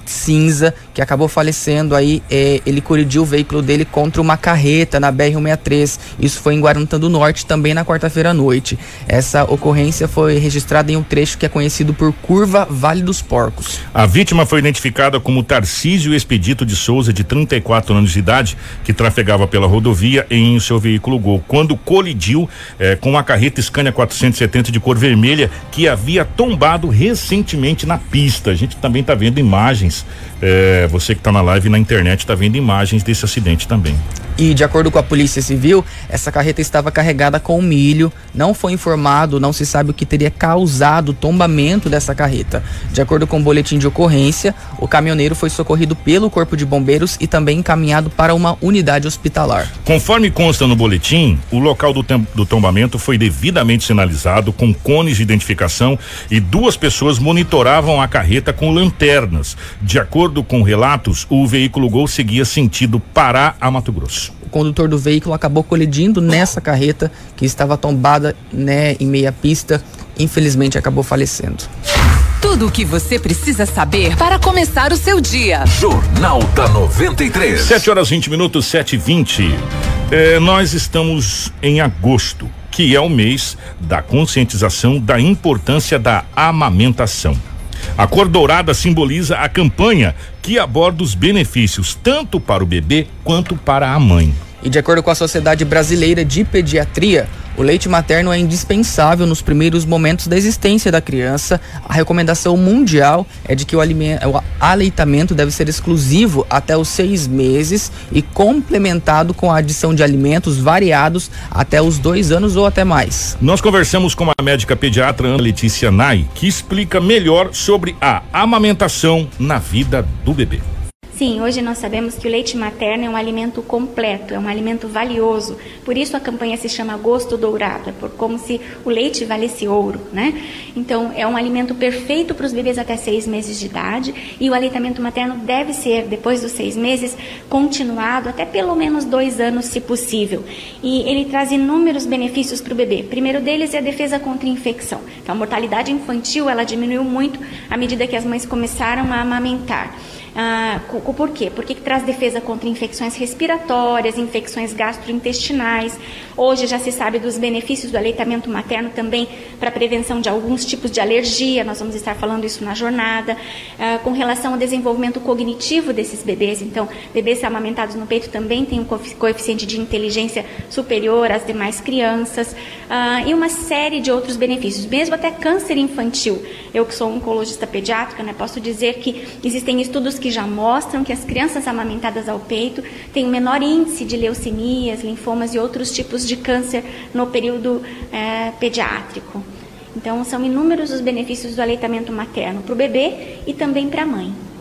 cinza que acabou falecendo aí. É, ele colidiu o veículo dele contra uma carreta na B R cento e sessenta e três. Isso foi em Guarantã do Norte, também na quarta-feira à noite. Essa ocorrência foi registrada em um trecho que é conhecido por Curva Vale dos Porcos. A vítima foi identificada como Tarcísio Expedito de Souza, de trinta e quatro anos de idade, que trafegava pela rodovia em seu veículo Gol, quando colidiu eh, com a carreta Scania quatrocentos e setenta de cor vermelha, que havia tombado recentemente na pista. A gente também está vendo imagens. É, você que está na live na internet está vendo imagens desse acidente também. E de acordo com a Polícia Civil, essa carreta estava carregada com milho. Não foi informado, não se sabe o que teria causado o tombamento dessa carreta. De acordo com o boletim de ocorrência, o caminhoneiro foi socorrido pelo Corpo de Bombeiros e também encaminhado para uma unidade hospitalar. Conforme consta no boletim, o local do, do tombamento foi devidamente sinalizado com cones de identificação e duas pessoas monitoravam a carreta com lanternas. De acordo com relatos, o veículo Gol seguia sentido Pará a Mato Grosso. O condutor do veículo acabou colidindo nessa carreta que estava tombada, né, em meia pista. Infelizmente acabou falecendo. Tudo o que você precisa saber para começar o seu dia. Jornal da noventa e três. sete horas vinte minutos, sete e vinte. É, nós estamos em agosto, que é o mês da conscientização da importância da amamentação. A cor dourada simboliza a campanha que aborda os benefícios tanto para o bebê quanto para a mãe. E de acordo com a Sociedade Brasileira de Pediatria, o leite materno é indispensável nos primeiros momentos da existência da criança. A recomendação mundial é de que o, alimento, o aleitamento deve ser exclusivo até os seis meses e complementado com a adição de alimentos variados até os dois anos ou até mais. Nós conversamos com a médica pediatra Ana Letícia Nai, que explica melhor sobre a amamentação na vida do bebê. Sim, hoje nós sabemos que o leite materno é um alimento completo, é um alimento valioso. Por isso a campanha se chama Gosto Dourado, é por como se o leite valesse ouro, né? Então é um alimento perfeito para os bebês até seis meses de idade, e o aleitamento materno deve ser, depois dos seis meses, continuado até pelo menos dois anos, se possível. E ele traz inúmeros benefícios para o bebê. O primeiro deles é a defesa contra infecção. Então a mortalidade infantil ela diminuiu muito à medida que as mães começaram a amamentar. Ah, por quê? Porque traz defesa contra infecções respiratórias, infecções gastrointestinais. Hoje já se sabe dos benefícios do aleitamento materno também para prevenção de alguns tipos de alergia. Nós vamos estar falando isso na jornada. Ah, com relação ao desenvolvimento cognitivo desses bebês, então, bebês amamentados no peito também têm um coeficiente de inteligência superior às demais crianças. Ah, e uma série de outros benefícios, mesmo até câncer infantil. Eu que sou oncologista pediátrica, né, posso dizer que existem estudos que já mostram que as crianças amamentadas ao peito têm um menor índice de leucemias, linfomas e outros tipos de câncer no período é, pediátrico. Então, são inúmeros os benefícios do aleitamento materno para o bebê e também para a mãe.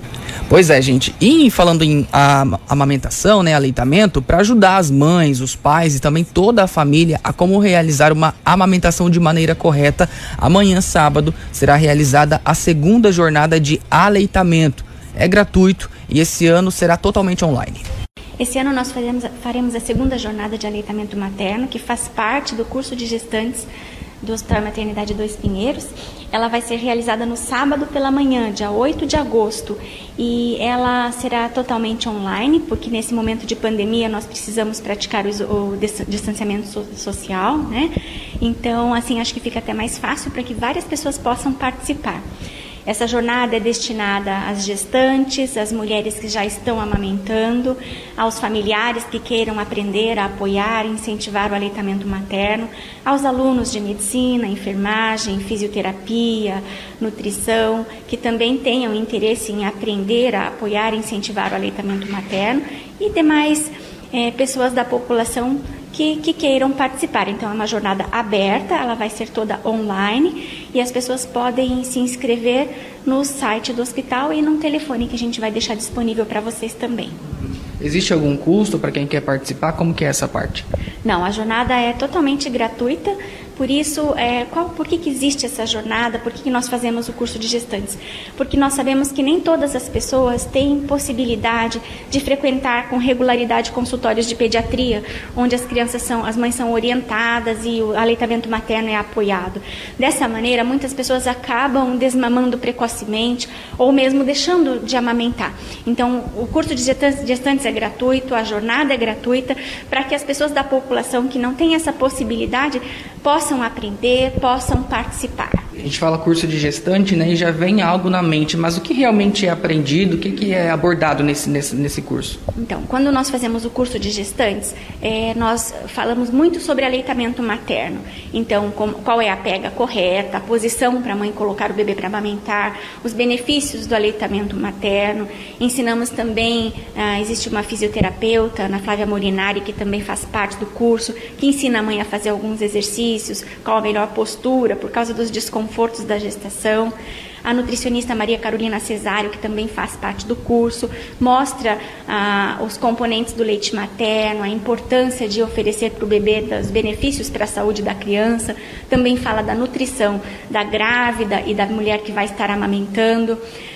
Pois é, gente. E falando em a, amamentação, né, aleitamento, para ajudar as mães, os pais e também toda a família a como realizar uma amamentação de maneira correta, amanhã, sábado, será realizada a segunda jornada de aleitamento. É gratuito e esse ano será totalmente online. Esse ano nós faremos, faremos a segunda jornada de aleitamento materno, que faz parte do curso de gestantes do Hospital Maternidade Dois Pinheiros. Ela vai ser realizada no sábado pela manhã, dia oito de agosto, e ela será totalmente online, porque nesse momento de pandemia nós precisamos praticar o, o distanciamento so, social, né? Então, assim, acho que fica até mais fácil para que várias pessoas possam participar. Essa jornada é destinada às gestantes, às mulheres que já estão amamentando, aos familiares que queiram aprender a apoiar e incentivar o aleitamento materno, aos alunos de medicina, enfermagem, fisioterapia, nutrição, que também tenham interesse em aprender a apoiar e incentivar o aleitamento materno, e demais é, pessoas da população Que, que queiram participar. Então é uma jornada aberta, ela vai ser toda online e as pessoas podem se inscrever no site do hospital e num telefone que a gente vai deixar disponível para vocês também. Existe algum custo para quem quer participar? Como que é essa parte? Não, a jornada é totalmente gratuita. Por isso, é, qual, por que, que existe essa jornada? Por que, que nós fazemos o curso de gestantes? Porque nós sabemos que nem todas as pessoas têm possibilidade de frequentar com regularidade consultórios de pediatria, onde as crianças são, as mães são orientadas e o aleitamento materno é apoiado. Dessa maneira, muitas pessoas acabam desmamando precocemente ou mesmo deixando de amamentar. Então, o curso de gestantes, gestantes é gratuito, a jornada é gratuita, para que as pessoas da população que não têm essa possibilidade possam aprender, possam participar. A gente fala curso de gestante, né, e já vem algo na mente, mas o que realmente é aprendido, o que, que é abordado nesse, nesse, nesse curso? Então, quando nós fazemos o curso de gestantes, é, nós falamos muito sobre aleitamento materno. Então, com, qual é a pega correta, a posição para a mãe colocar o bebê para amamentar, os benefícios do aleitamento materno. Ensinamos também, ah, existe uma fisioterapeuta, Ana Flávia Molinari, que também faz parte do curso, que ensina a mãe a fazer alguns exercícios, qual a melhor postura, por causa dos desconfortos confortos da gestação. A nutricionista Maria Carolina Cesário, que também faz parte do curso, mostra ah, os componentes do leite materno, a importância de oferecer para o bebê os benefícios para a saúde da criança. Também fala da nutrição da grávida e da mulher que vai estar amamentando.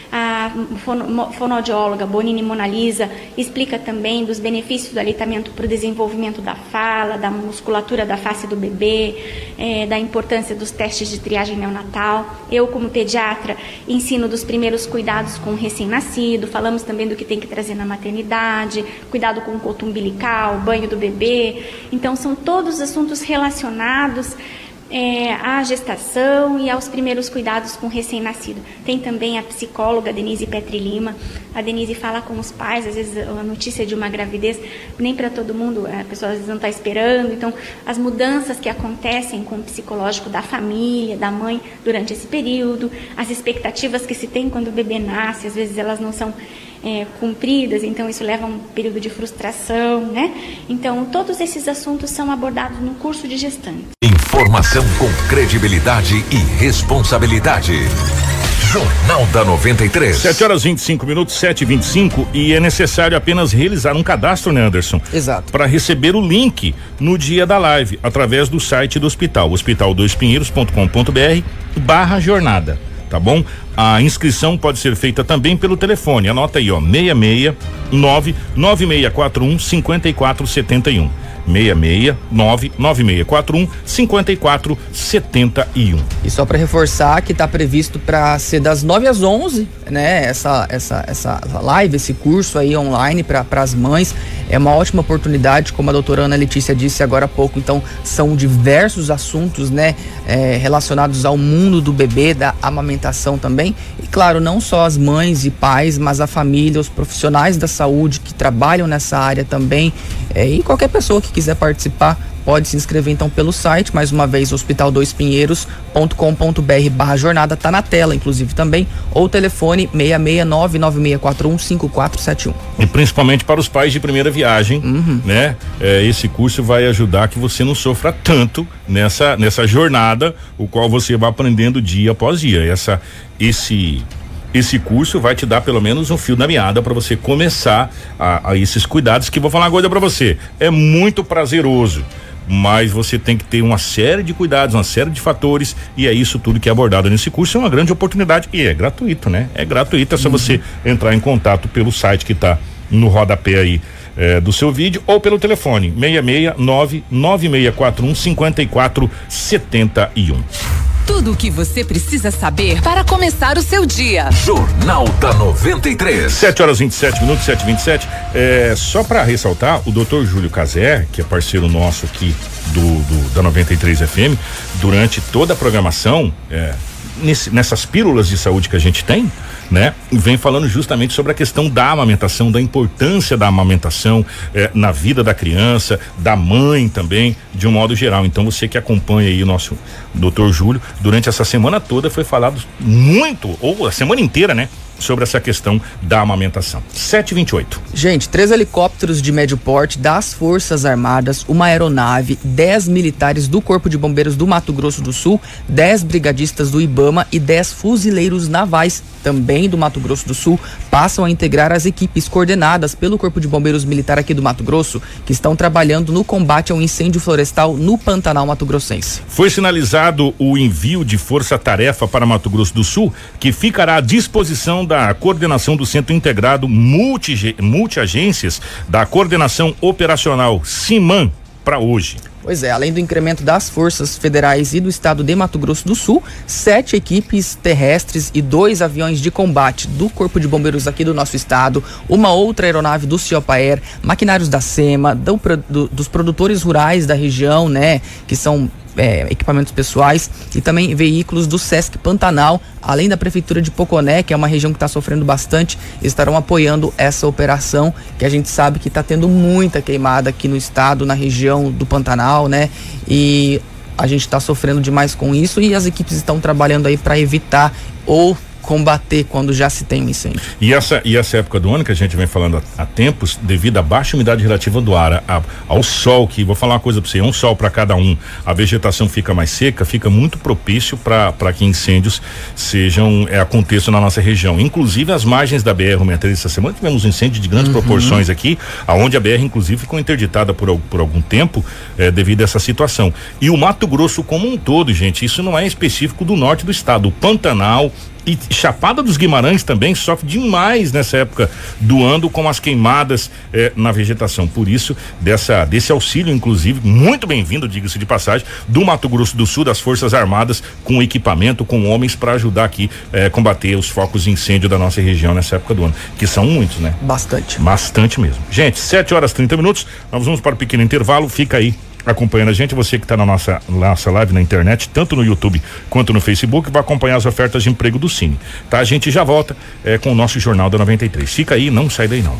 A fonoaudióloga Bonini Monalisa explica também dos benefícios do aleitamento para o desenvolvimento da fala, da musculatura da face do bebê, é, da importância dos testes de triagem neonatal. Eu, como pediatra, ensino dos primeiros cuidados com o recém-nascido, falamos também do que tem que trazer na maternidade, cuidado com o coto umbilical, banho do bebê. Então, são todos assuntos relacionados É, à gestação e aos primeiros cuidados com o recém-nascido. Tem também a psicóloga Denise Petri Lima. A Denise fala com os pais, às vezes a notícia de uma gravidez, nem para todo mundo, a pessoa às vezes não está esperando. Então, as mudanças que acontecem com o psicológico da família, da mãe, durante esse período, as expectativas que se tem quando o bebê nasce, às vezes elas não são É, cumpridas, então isso leva a um período de frustração, né? Então, todos esses assuntos são abordados no curso de gestante. Informação com credibilidade e responsabilidade. Jornal da noventa e três. sete horas e vinte e cinco minutos, sete e vinte e cinco, e é necessário apenas realizar um cadastro, né, Anderson? Exato. Para receber o link no dia da live, através do site do hospital, hospital dois pinheiros ponto com ponto br barra jornada. Tá bom? A inscrição pode ser feita também pelo telefone. Anota aí, ó, seis seis nove nove seis quatro um cinco quatro sete um. seis seis nove nove seis quatro um cinco quatro sete um. E só para reforçar que está previsto para ser das nove às onze, né? Essa essa essa live, esse curso aí online para as mães é uma ótima oportunidade, como a doutora Ana Letícia disse agora há pouco. Então são diversos assuntos, né? É, relacionados ao mundo do bebê, da amamentação também. E claro, não só as mães e pais, mas a família, os profissionais da saúde que trabalham nessa área também, é, e qualquer pessoa que quiser participar pode se inscrever então pelo site, mais uma vez, hospital dois pinheiros ponto com ponto br barra jornada, tá na tela inclusive também, ou telefone seis seis nove nove seis quatro um cinco quatro sete um. E principalmente para os pais de primeira viagem, uhum. né? É, esse curso vai ajudar que você não sofra tanto nessa, nessa jornada, o qual você vai aprendendo dia após dia. Essa, esse esse curso vai te dar pelo menos um fio da meada para você começar a, a esses cuidados, que vou falar uma coisa para você, é muito prazeroso, mas você tem que ter uma série de cuidados, uma série de fatores, e é isso tudo que é abordado nesse curso. É uma grande oportunidade e é gratuito, né? É gratuito, é só uhum. você entrar em contato pelo site que tá no rodapé aí é, do seu vídeo, ou pelo telefone seis seis nove nove seis quatro um cinco quatro sete um. Tudo o que você precisa saber para começar o seu dia. Jornal da noventa e três. sete horas e vinte e sete minutos, sete e vinte e sete. É, só para ressaltar, o doutor Júlio Cazé, que é parceiro nosso aqui do, do da noventa e três F M, durante toda a programação, é, nesse, nessas pílulas de saúde que a gente tem, né? Vem falando justamente sobre a questão da amamentação, da importância da amamentação eh, na vida da criança, da mãe também, de um modo geral. Então você que acompanha aí o nosso doutor Júlio, durante essa semana toda foi falado muito, ou a semana inteira, né? Sobre essa questão da amamentação. sete e vinte e oito. Gente, três helicópteros de médio porte das Forças Armadas, uma aeronave, dez militares do Corpo de Bombeiros do Mato Grosso do Sul, dez brigadistas do IBAMA e dez fuzileiros navais, também do Mato Grosso do Sul, passam a integrar as equipes coordenadas pelo Corpo de Bombeiros Militar aqui do Mato Grosso, que estão trabalhando no combate ao incêndio florestal no Pantanal Mato Grossense. Foi sinalizado o envio de força-tarefa para Mato Grosso do Sul, que ficará à disposição da coordenação do Centro Integrado Multi, Multiagências da Coordenação Operacional CIMAN para hoje. Pois é, além do incremento das forças federais e do estado de Mato Grosso do Sul, sete equipes terrestres e dois aviões de combate do Corpo de Bombeiros aqui do nosso estado, uma outra aeronave do Ciopaer, maquinários da SEMA, do, do, dos produtores rurais da região, né, que são É, equipamentos pessoais, e também veículos do Sesc Pantanal, além da Prefeitura de Poconé, que é uma região que está sofrendo bastante, estarão apoiando essa operação, que a gente sabe que está tendo muita queimada aqui no estado, na região do Pantanal, né? E a gente está sofrendo demais com isso, e as equipes estão trabalhando aí para evitar ou combater quando já se tem um incêndio. E essa, e essa época do ano que a gente vem falando há, há tempos, devido à baixa umidade relativa do ar, a, ao sol, que vou falar uma coisa para você, é um sol para cada um, a vegetação fica mais seca, fica muito propício para que incêndios sejam, é, aconteçam na nossa região. Inclusive as margens da B R cento e três, essa semana tivemos um incêndio de grandes uhum. proporções aqui, aonde a B R inclusive ficou interditada por, por algum tempo, é, devido a essa situação. E o Mato Grosso como um todo, gente, isso não é específico do norte do estado, o Pantanal e Chapada dos Guimarães também sofre demais nessa época do ano com as queimadas eh, na vegetação. Por isso, dessa, desse auxílio, inclusive, muito bem-vindo, diga-se de passagem, do Mato Grosso do Sul, das Forças Armadas, com equipamento, com homens para ajudar aqui eh, combater os focos de incêndio da nossa região nessa época do ano, que são muitos, né? Bastante. Bastante mesmo. Gente, sete horas e trinta minutos, nós vamos para o pequeno intervalo, fica aí acompanhando a gente, você que está na nossa, nossa live na internet, tanto no YouTube quanto no Facebook, vai acompanhar as ofertas de emprego do Cine, tá? A gente já volta é, com o nosso Jornal da noventa e três. Fica aí, não sai daí não.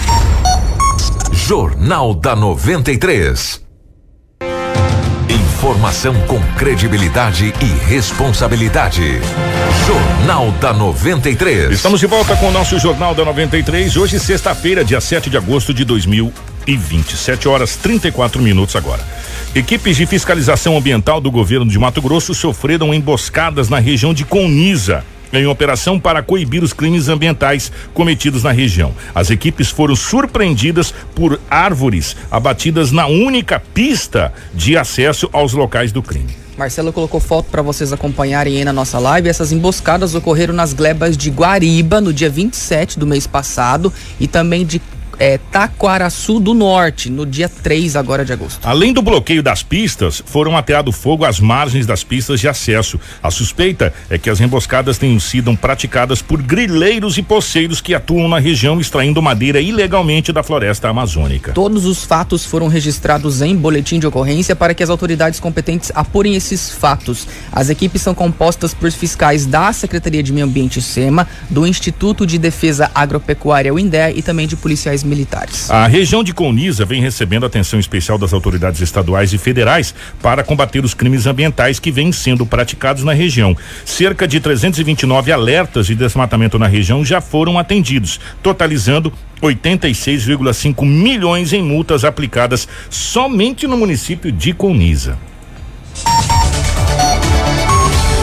Jornal da noventa e três. Informação com credibilidade e responsabilidade. Jornal da noventa e três. Estamos de volta com o nosso Jornal da noventa e três, hoje sexta-feira, dia sete de agosto de dois mil e vinte, sete horas trinta e quatro minutos agora. Equipes de fiscalização ambiental do governo de Mato Grosso sofreram emboscadas na região de Coniza, em operação para coibir os crimes ambientais cometidos na região. As equipes foram surpreendidas por árvores abatidas na única pista de acesso aos locais do crime. Marcelo colocou foto para vocês acompanharem aí na nossa live. Essas emboscadas ocorreram nas glebas de Guariba no dia vinte e sete do mês passado e também de É, Taquaraçu do Norte, no dia três agora de agosto. Além do bloqueio das pistas, foram ateado fogo às margens das pistas de acesso. A suspeita é que as emboscadas tenham sido praticadas por grileiros e poceiros que atuam na região extraindo madeira ilegalmente da floresta amazônica. Todos os fatos foram registrados em boletim de ocorrência para que as autoridades competentes apurem esses fatos. As equipes são compostas por fiscais da Secretaria de Meio Ambiente SEMA, do Instituto de Defesa Agropecuária o INDEA e também de policiais militares. A região de Coniza vem recebendo atenção especial das autoridades estaduais e federais para combater os crimes ambientais que vêm sendo praticados na região. Cerca de trezentos e vinte e nove alertas de desmatamento na região já foram atendidos, totalizando oitenta e seis vírgula cinco milhões em multas aplicadas somente no município de Coniza. Jornal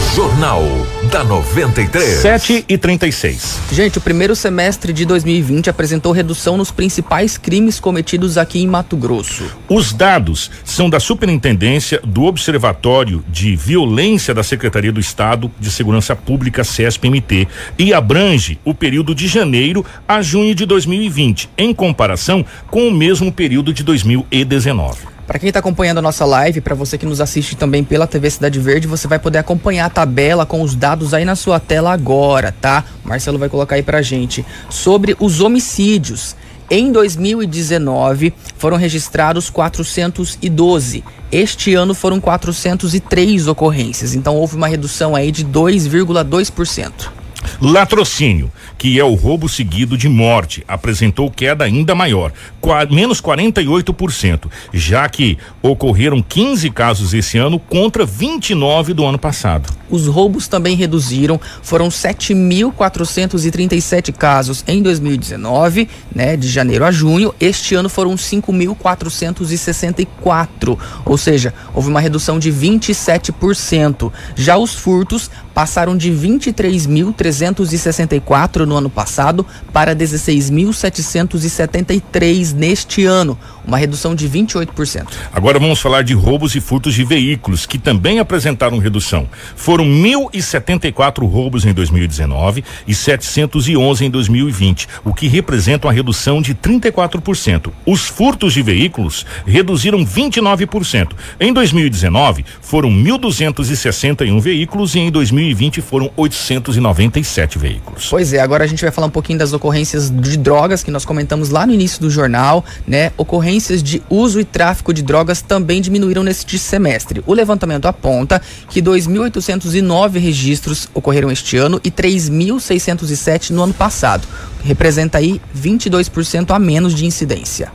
Jornal da noventa e três. sete e trinta e seis. Gente, o primeiro semestre de dois mil e vinte apresentou redução nos principais crimes cometidos aqui em Mato Grosso. Os dados são da Superintendência do Observatório de Violência da Secretaria do Estado de Segurança Pública, CESP-M T, e abrange o período de janeiro a junho de dois mil e vinte, em comparação com o mesmo período de dois mil e dezenove. Para quem está acompanhando a nossa live, para você que nos assiste também pela T V Cidade Verde, você vai poder acompanhar a tabela com os dados aí na sua tela agora, tá? O Marcelo vai colocar aí pra gente. Sobre os homicídios, em dois mil e dezenove foram registrados quatrocentos e doze. Este ano foram quatrocentos e três ocorrências, então houve uma redução aí de dois vírgula dois por cento. Latrocínio, que é o roubo seguido de morte, apresentou queda ainda maior, menos quarenta e oito por cento, já que ocorreram quinze casos esse ano contra vinte e nove do ano passado. Os roubos também reduziram, foram sete mil quatrocentos e trinta e sete casos em dois mil e dezenove, né, de janeiro a junho. Este ano foram cinco mil quatrocentos e sessenta e quatro, ou seja, houve uma redução de vinte e sete por cento. Já os furtos passaram de vinte e três mil trezentos e sessenta e quatro no ano passado para dezesseis mil setecentos e setenta e três neste ano, uma redução de vinte e oito por cento. Agora vamos falar de roubos e furtos de veículos, que também apresentaram redução. Foram mil e setenta e quatro roubos em dois mil e dezenove e setecentos e onze em dois mil e vinte, o que representa uma redução de trinta e quatro por cento. Os furtos de veículos reduziram vinte e nove por cento. Em dois mil e dezenove foram mil duzentos e sessenta e um veículos e em dois mil e vinte foram oitocentos e noventa e sete veículos. Pois é, agora a gente vai falar um pouquinho das ocorrências de drogas que nós comentamos lá no início do jornal, né? Ocorrências de uso e tráfico de drogas também diminuíram neste semestre. O levantamento aponta que dois mil oitocentos e nove registros ocorreram este ano e três mil seiscentos e sete no ano passado. Representa aí vinte e dois por cento a menos de incidência.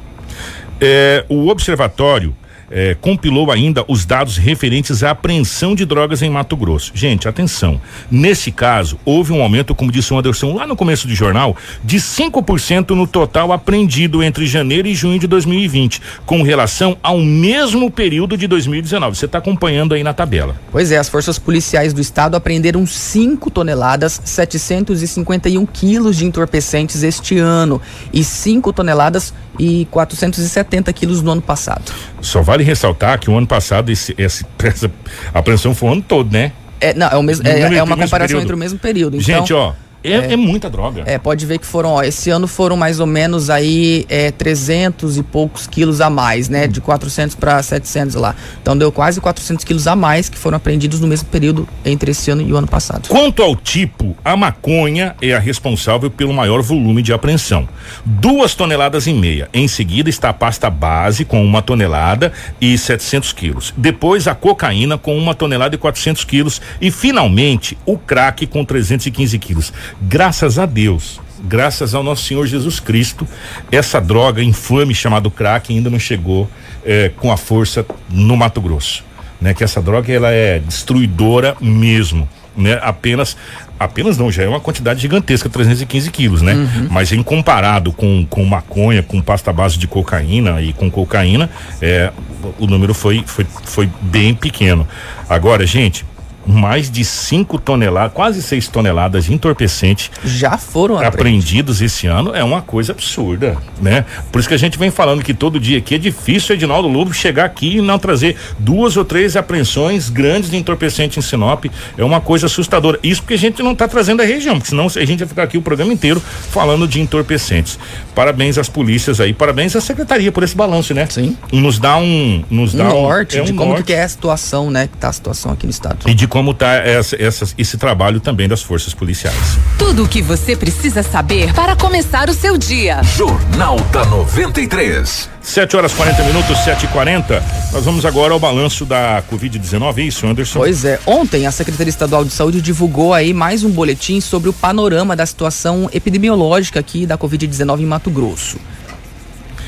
É, o observatório É, compilou ainda os dados referentes à apreensão de drogas em Mato Grosso. Gente, atenção, nesse caso houve um aumento, como disse o Anderson lá no começo do jornal, de cinco por cento no total apreendido entre janeiro e junho de dois mil e vinte, com relação ao mesmo período de dois mil e dezenove. Você está acompanhando aí na tabela. Pois é, as forças policiais do estado apreenderam cinco toneladas, setecentos e cinquenta e um quilos de entorpecentes este ano e cinco toneladas e quatrocentos e setenta quilos no ano passado. Só vale ressaltar que o ano passado esse, esse, essa apreensão foi o ano todo, né? É, não, é, o mesmo, é, é uma comparação entre o mesmo período. Então, gente, ó, É, é, é muita droga. É, pode ver que foram, ó, esse ano foram mais ou menos aí é, trezentos e poucos quilos a mais, né? De quatrocentos para setecentos lá. Então deu quase quatrocentos quilos a mais que foram apreendidos no mesmo período entre esse ano e o ano passado. Quanto ao tipo, a maconha é a responsável pelo maior volume de apreensão. Duas toneladas e meia. Em seguida está a pasta base com uma tonelada e setecentos quilos. Depois a cocaína com uma tonelada e quatrocentos quilos. E finalmente o crack com trezentos e quinze quilos. Graças a Deus, graças ao nosso Senhor Jesus Cristo, essa droga infame chamada crack ainda não chegou eh, com a força no Mato Grosso, né? Que essa droga ela é destruidora mesmo, né? Apenas, apenas não, já é uma quantidade gigantesca, trezentos e quinze quilos, né? Uhum. Mas em comparado com, com maconha, com pasta base de cocaína e com cocaína, eh, o número foi, foi, foi bem pequeno. Agora, gente, mais de cinco toneladas, quase seis toneladas de entorpecente já foram apreendidos esse ano. É uma coisa absurda, né? Por isso que a gente vem falando que todo dia aqui é difícil, Edinaldo Lobo, chegar aqui e não trazer duas ou três apreensões grandes de entorpecente em Sinop. É uma coisa assustadora. Isso porque a gente não está trazendo a região, porque senão a gente vai ficar aqui o programa inteiro falando de entorpecentes. Parabéns às polícias aí, parabéns à secretaria por esse balanço, né? Sim. Nos dá um, nos dá um norte um, é um de como norte. que é a situação, né? Que tá a situação aqui no estado. E de como está essa, essa, esse trabalho também das forças policiais. Tudo o que você precisa saber para começar o seu dia. Jornal da noventa e três. sete horas e quarenta minutos, sete e quarenta. Nós vamos agora ao balanço da covid dezenove, é isso, Anderson? Pois é, ontem a Secretaria Estadual de Saúde divulgou aí mais um boletim sobre o panorama da situação epidemiológica aqui da covid dezenove em Mato Grosso.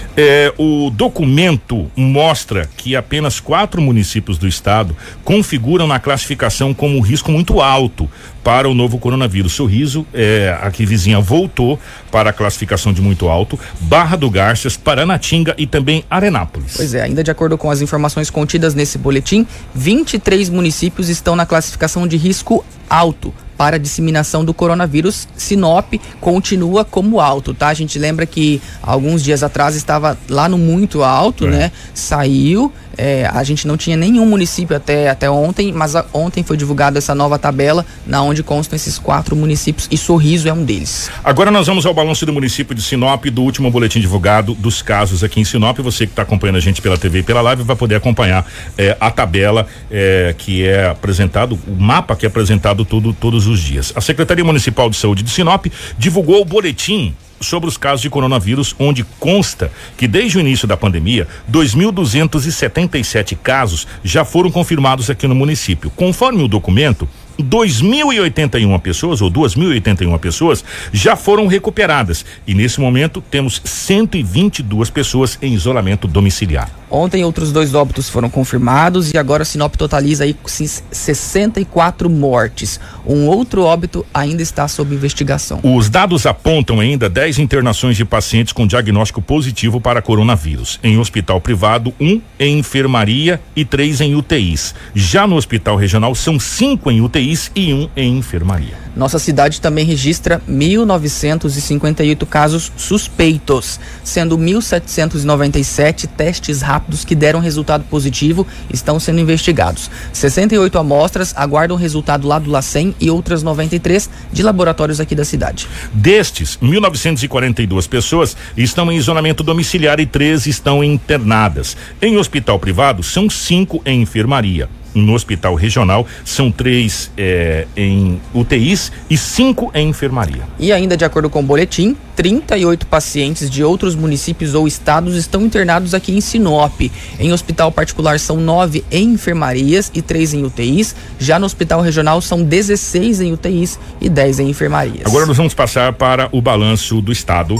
É, o documento mostra que apenas quatro municípios do estado configuram na classificação como um risco muito alto para o novo coronavírus. Sorriso, é, aqui vizinha, voltou para a classificação de muito alto, Barra do Garças, Paranatinga e também Arenápolis. Pois é, ainda de acordo com as informações contidas nesse boletim, vinte e três municípios estão na classificação de risco alto para a disseminação do coronavírus. Sinop continua como alto, tá? A gente lembra que alguns dias atrás estava lá no muito alto, é. né? Saiu, é, a gente não tinha nenhum município até, até ontem, mas a, ontem foi divulgada essa nova tabela, na onde constam esses quatro municípios e Sorriso é um deles. Agora nós vamos ao balanço do município de Sinop, do último boletim divulgado dos casos aqui em Sinop. Você que está acompanhando a gente pela T V e pela live vai poder acompanhar é, a tabela é, que é apresentado, o mapa que é apresentado tudo, todos os dias. A Secretaria Municipal de Saúde de Sinop divulgou o boletim sobre os casos de coronavírus, onde consta que desde o início da pandemia, dois mil duzentos e setenta e sete casos já foram confirmados aqui no município. Conforme o documento, dois mil e oitenta e uma pessoas, ou duas mil e oitenta e uma pessoas, já foram recuperadas. E nesse momento temos cento e vinte e duas pessoas em isolamento domiciliar. Ontem outros dois óbitos foram confirmados e agora Sinop totaliza aí sessenta e quatro mortes. Um outro óbito ainda está sob investigação. Os dados apontam ainda dez internações de pacientes com diagnóstico positivo para coronavírus. Em hospital privado, um em enfermaria e três em U T Is. Já no hospital regional são cinco em U T Is e um em enfermaria. Nossa cidade também registra mil novecentos e cinquenta e oito casos suspeitos, sendo mil setecentos e noventa e sete testes rápidos que deram resultado positivo estão sendo investigados. sessenta e oito amostras aguardam resultado lá do LACEN e outras noventa e três de laboratórios aqui da cidade. Destes, mil novecentos e quarenta e duas pessoas estão em isolamento domiciliar e treze estão internadas. Em hospital privado, são cinco em enfermaria. No hospital regional são três é, em U T Is e cinco em enfermaria. E ainda de acordo com o boletim, trinta e oito pacientes de outros municípios ou estados estão internados aqui em Sinop. Em hospital particular são nove em enfermarias e três em U T Is. Já no hospital regional são dezesseis em U T Is e dez em enfermarias. Agora nós vamos passar para o balanço do estado.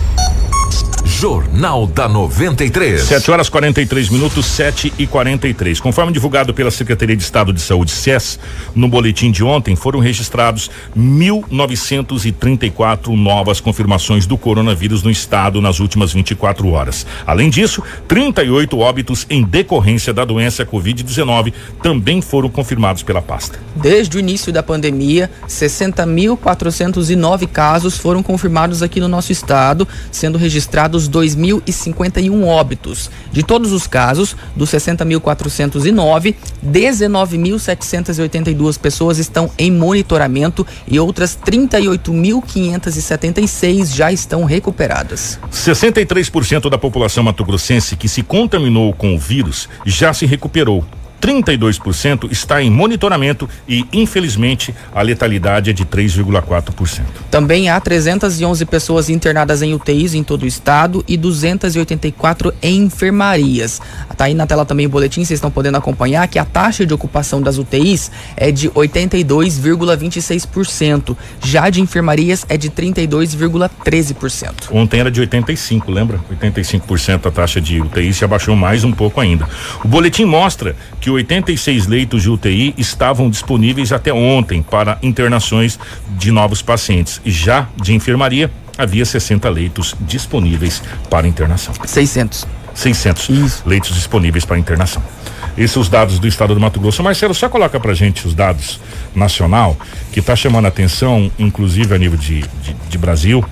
Jornal da noventa e três. sete horas quarenta e três minutos, sete e quarenta e três. Conforme divulgado pela Secretaria de Estado de Saúde, S E S, no boletim de ontem foram registrados mil novecentos e trinta e quatro novas confirmações do coronavírus no estado nas últimas vinte e quatro horas. Além disso, trinta e oito óbitos em decorrência da doença covid dezenove também foram confirmados pela pasta. Desde o início da pandemia, sessenta mil quatrocentos e nove casos foram confirmados aqui no nosso estado, sendo registrados dois mil e cinquenta e um óbitos. De todos os casos, dos sessenta mil quatrocentos e nove, dezenove mil setecentos e oitenta e duas pessoas estão em monitoramento e outras trinta e oito mil quinhentos e setenta e seis já estão recuperadas. sessenta e três por cento da população mato-grossense que se contaminou com o vírus já se recuperou. trinta e dois por cento está em monitoramento e, infelizmente, a letalidade é de três vírgula quatro por cento. Também há trezentas e onze pessoas internadas em U T Is em todo o estado e duzentas e oitenta e quatro em enfermarias. Tá aí na tela também o boletim, vocês estão podendo acompanhar que a taxa de ocupação das U T Is é de oitenta e dois vírgula vinte e seis por cento. Já de enfermarias é de trinta e dois vírgula treze por cento. Ontem era de oitenta e cinco por cento, lembra? oitenta e cinco por cento a taxa de U T I, se abaixou mais um pouco ainda. O boletim mostra que oitenta e seis leitos de U T I estavam disponíveis até ontem para internações de novos pacientes. Já de enfermaria, havia sessenta leitos disponíveis para internação. seiscentos. seiscentos Isso. Leitos disponíveis para internação. Esses são os dados do estado do Mato Grosso. Marcelo, só coloca pra gente os dados nacional, que está chamando a atenção, inclusive a nível de, de, de Brasil.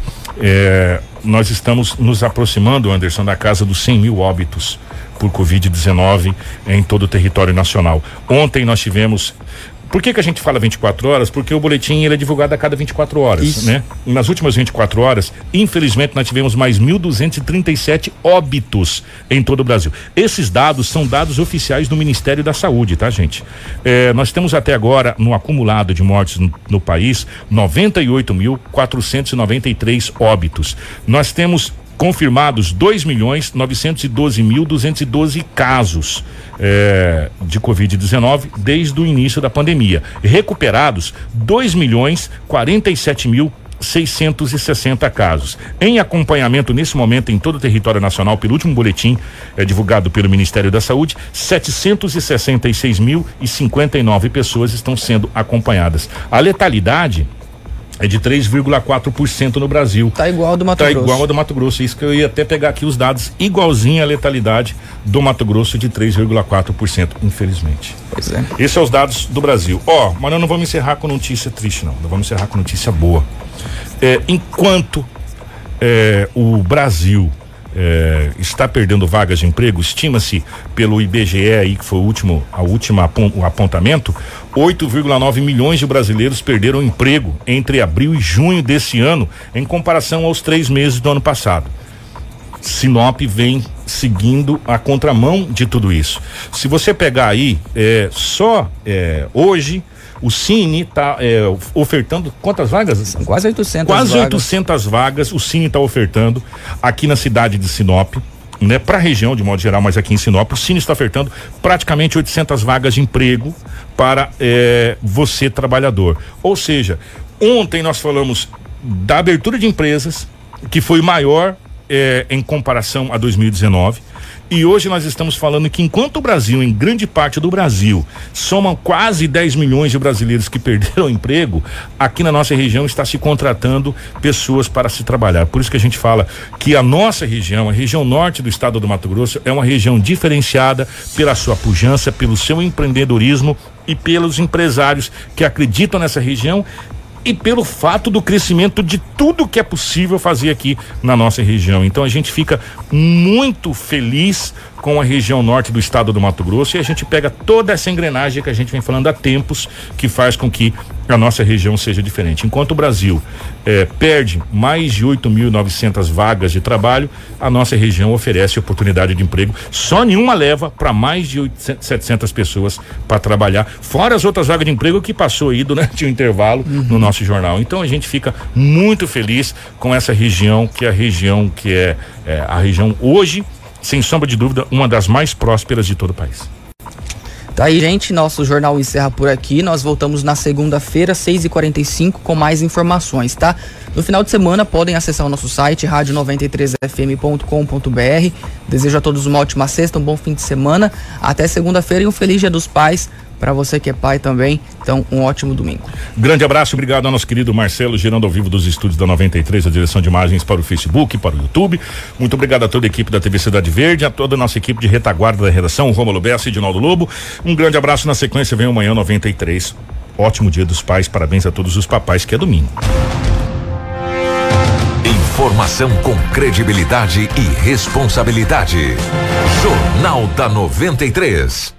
É, nós estamos nos aproximando, Anderson, da casa dos cem mil óbitos por covid dezenove em todo o território nacional. Ontem nós tivemos. Por que que a gente fala vinte e quatro horas? Porque o boletim ele é divulgado a cada vinte e quatro horas, Isso. né? Nas últimas vinte e quatro horas, infelizmente, nós tivemos mais mil duzentos e trinta e sete óbitos em todo o Brasil. Esses dados são dados oficiais do Ministério da Saúde, tá, gente? É, nós temos até agora, no acumulado de mortes no, no país, noventa e oito mil quatrocentos e noventa e três óbitos. Nós temos confirmados dois milhões novecentos e doze mil duzentos e doze casos é, de covid dezenove desde o início da pandemia. Recuperados dois milhões quarenta e sete mil seiscentos e sessenta casos. Em acompanhamento nesse momento em todo o território nacional, pelo último boletim é, divulgado pelo Ministério da Saúde, setecentos e sessenta e seis mil e cinquenta e nove pessoas estão sendo acompanhadas. A letalidade é de três vírgula quatro por cento no Brasil. Tá igual ao do Mato tá Grosso. Tá igual ao do Mato Grosso. Isso que eu ia até pegar aqui os dados, igualzinho a letalidade do Mato Grosso de três vírgula quatro por cento, infelizmente. Pois é. Esses são os dados do Brasil. Ó, oh, mas nós não vamos encerrar com notícia triste, não. Nós vamos encerrar com notícia boa. É, enquanto é, o Brasil É, está perdendo vagas de emprego, estima-se pelo I B G E aí, que foi o último, a última o apontamento, oito vírgula nove milhões de brasileiros perderam emprego entre abril e junho desse ano, em comparação aos três meses do ano passado. Sinop vem seguindo a contramão de tudo isso. Se você pegar aí, é, só é, hoje o Cine está é, ofertando quantas vagas? São quase oitocentas Quase vagas. oitocentas vagas o Cine está ofertando aqui na cidade de Sinop, né? Para a região de modo geral, mas aqui em Sinop o Cine está ofertando praticamente oitocentas vagas de emprego para é, você trabalhador. Ou seja, ontem nós falamos da abertura de empresas, que foi maior é, em comparação a dois mil e dezenove. E hoje nós estamos falando que enquanto o Brasil, em grande parte do Brasil, somam quase dez milhões de brasileiros que perderam o emprego, aqui na nossa região está se contratando pessoas para se trabalhar. Por isso que a gente fala que a nossa região, a região norte do estado do Mato Grosso, é uma região diferenciada pela sua pujança, pelo seu empreendedorismo e pelos empresários que acreditam nessa região e pelo fato do crescimento de tudo que é possível fazer aqui na nossa região. Então a gente fica muito feliz com a região norte do estado do Mato Grosso e a gente pega toda essa engrenagem que a gente vem falando há tempos, que faz com que a nossa região seja diferente. Enquanto o Brasil eh, perde mais de oito mil e novecentas vagas de trabalho, a nossa região oferece oportunidade de emprego. Só nenhuma leva para mais de oitocentas, setecentas pessoas para trabalhar, fora as outras vagas de emprego que passou aí durante o intervalo uhum. no nosso jornal. Então a gente fica muito feliz com essa região, que é a região que é, é a região hoje, sem sombra de dúvida, uma das mais prósperas de todo o país. Tá aí, gente, nosso jornal encerra por aqui. Nós voltamos na segunda-feira, seis e quarenta e cinco, com mais informações, tá? No final de semana podem acessar o nosso site, rádio noventa e três f m ponto com ponto b r. Desejo a todos uma ótima sexta, um bom fim de semana. Até segunda-feira e um feliz Dia dos Pais para você que é pai também. Então, um ótimo domingo. Grande abraço, obrigado ao nosso querido Marcelo, gerando ao vivo dos estúdios da noventa e três, a direção de imagens para o Facebook, para o YouTube. Muito obrigado a toda a equipe da T V Cidade Verde, a toda a nossa equipe de retaguarda da redação, Rômulo Bessa e Edinaldo Lobo. Um grande abraço, na sequência vem amanhã noventa e três. Ótimo Dia dos Pais, parabéns a todos os papais, que é domingo. Informação com credibilidade e responsabilidade. Jornal da noventa e três.